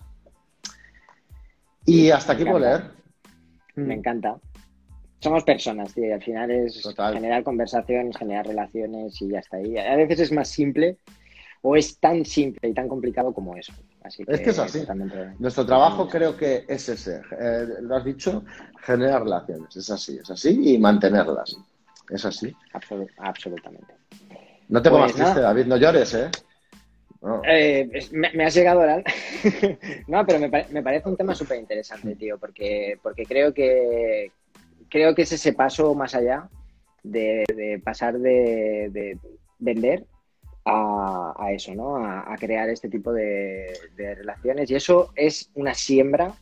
Y hasta Me aquí puedo leer. encanta. Me encanta. Somos personas, tío, y al final es Total. generar conversaciones, generar relaciones y ya está ahí. A veces es más simple o es tan simple y tan complicado como eso. Así que, es que es así. totalmente... Nuestro trabajo creo que es ese. Eh, lo has dicho, generar relaciones. Es así, es así y mantenerlas. Es así. Absolut absolutamente. No te Pues pongas triste, nada. David, no llores, ¿eh? No. Eh, me, me has llegado a... No, pero me, pare me parece un tema súper interesante, tío, porque, porque creo que creo que es ese paso más allá de, de pasar de, de vender a, a eso, ¿no? A, a crear este tipo de, de relaciones. Y eso es una siembra.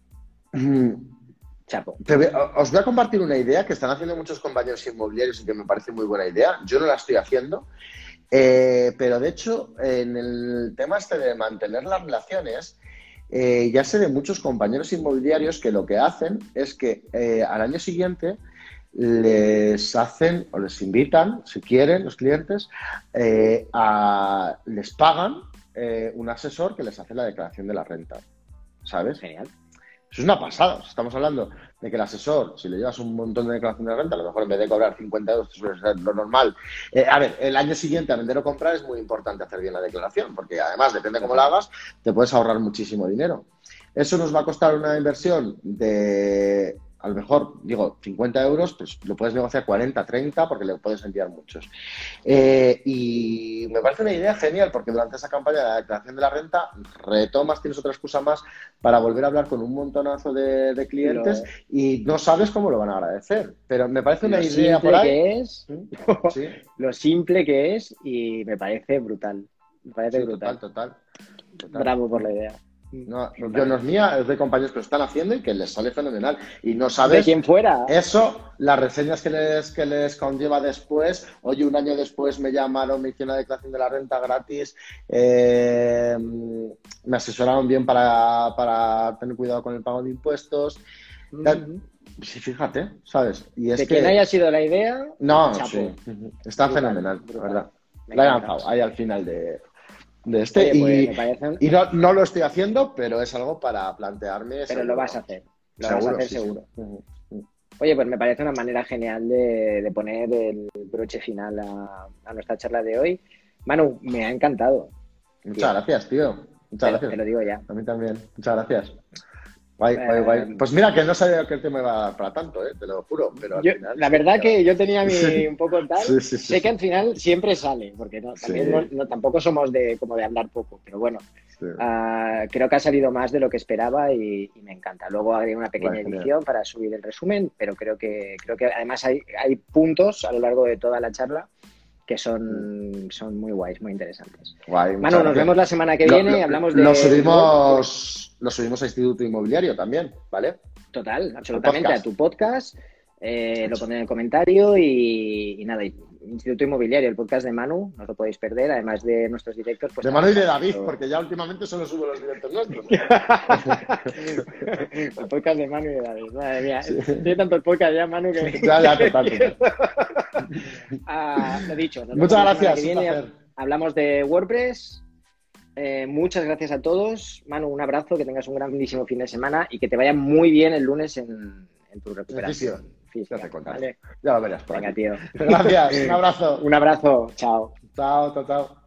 Chapo. Te voy, os voy a compartir una idea que están haciendo muchos compañeros inmobiliarios y que me parece muy buena idea. Yo no la estoy haciendo. Eh, pero de hecho, en el tema este de mantener las relaciones, eh, ya sé de muchos compañeros inmobiliarios que lo que hacen es que eh, al año siguiente les hacen o les invitan, si quieren, los clientes, eh, a, les pagan eh, un asesor que les hace la declaración de la renta, ¿sabes? Genial. Eso es una pasada. Estamos hablando de que el asesor, si le llevas un montón de declaraciones de renta, a lo mejor en vez de cobrar cincuenta euros, eso es lo normal. Eh, a ver, el año siguiente a vender o comprar es muy importante hacer bien la declaración, porque además, depende de cómo la hagas, te puedes ahorrar muchísimo dinero. Eso nos va a costar una inversión de, a lo mejor, digo, cincuenta euros, pues lo puedes negociar cuarenta, treinta, porque le puedes enviar muchos. Eh, y me parece una idea genial, porque durante esa campaña de la declaración de la renta, retomas, tienes otra excusa más para volver a hablar con un montonazo de, de clientes Pero, y no sabes cómo lo van a agradecer. Pero me parece una idea por ahí. Que es, ¿Sí? Lo simple que es y me parece brutal. Me parece sí, brutal. Total, total, total. Bravo por la idea. No, yo no es mía, es de compañeros que lo están haciendo y que les sale fenomenal. Y no sabes... De quien fuera. Eso, las reseñas que les, que les conlleva después. Oye, un año después me llamaron, me hicieron la declaración de la renta gratis, eh, me asesoraron bien para, para tener cuidado con el pago de impuestos. Uh-huh. Sí, fíjate, ¿sabes? Y es de que... quien haya sido la idea... No, chapo. Sí. Está brutal, fenomenal, brutal. La verdad. Me la he lanzado ahí al final de... de este. Oye, pues, y me parecen... y no, no lo estoy haciendo, pero es algo para plantearme. Pero seguro. lo vas a hacer. Lo seguro, vas a hacer sí, seguro. Sí. Uh-huh. Oye, pues me parece una manera genial de, de poner el broche final a, a nuestra charla de hoy. Manu, me ha encantado. Muchas tío. gracias, tío. Muchas te, gracias. Te lo digo ya. A mí también. Muchas gracias. Guay, guay, guay. Pues mira que no sabía que el tema iba para tanto, ¿eh? Te lo juro. Pero al yo, final, la verdad sí, que yo tenía mi, sí. un poco tal. Sí, sí, sí, sé sí. que al final siempre sale, porque no, también sí. no, no, tampoco somos de como de hablar poco, pero bueno. Sí. Uh, creo que ha salido más de lo que esperaba y, y me encanta. Luego haré una pequeña bueno, edición genial. Para subir el resumen, pero creo que creo que además hay, hay puntos a lo largo de toda la charla que son, son muy guays, muy interesantes. Guay, Manu, nos gracias. vemos la semana que viene lo, y hablamos lo, de... Lo subimos, lo subimos a Instituto Inmobiliario también, ¿vale? Total, absolutamente, a tu podcast. Eh, lo pondré en el comentario y, y nada, Instituto Inmobiliario, el podcast de Manu, no os lo podéis perder, además de nuestros directos. Pues, de Manu y de David, pero... porque ya últimamente solo subo los directos nuestros. El podcast de Manu y de David, madre mía. Sí. Tiene tanto el podcast ya, Manu, que... Ya, ya, total, total. ah, lo dicho. Muchas gracias, un placer. Hablamos de WordPress. Eh, muchas gracias a todos. Manu, un abrazo, que tengas un grandísimo fin de semana y que te vaya muy bien el lunes en, en tu recuperación física. Ya, te ¿vale? ya lo verás. Venga, tío. Gracias, un abrazo. Un abrazo, chao. Chao, chao, chao.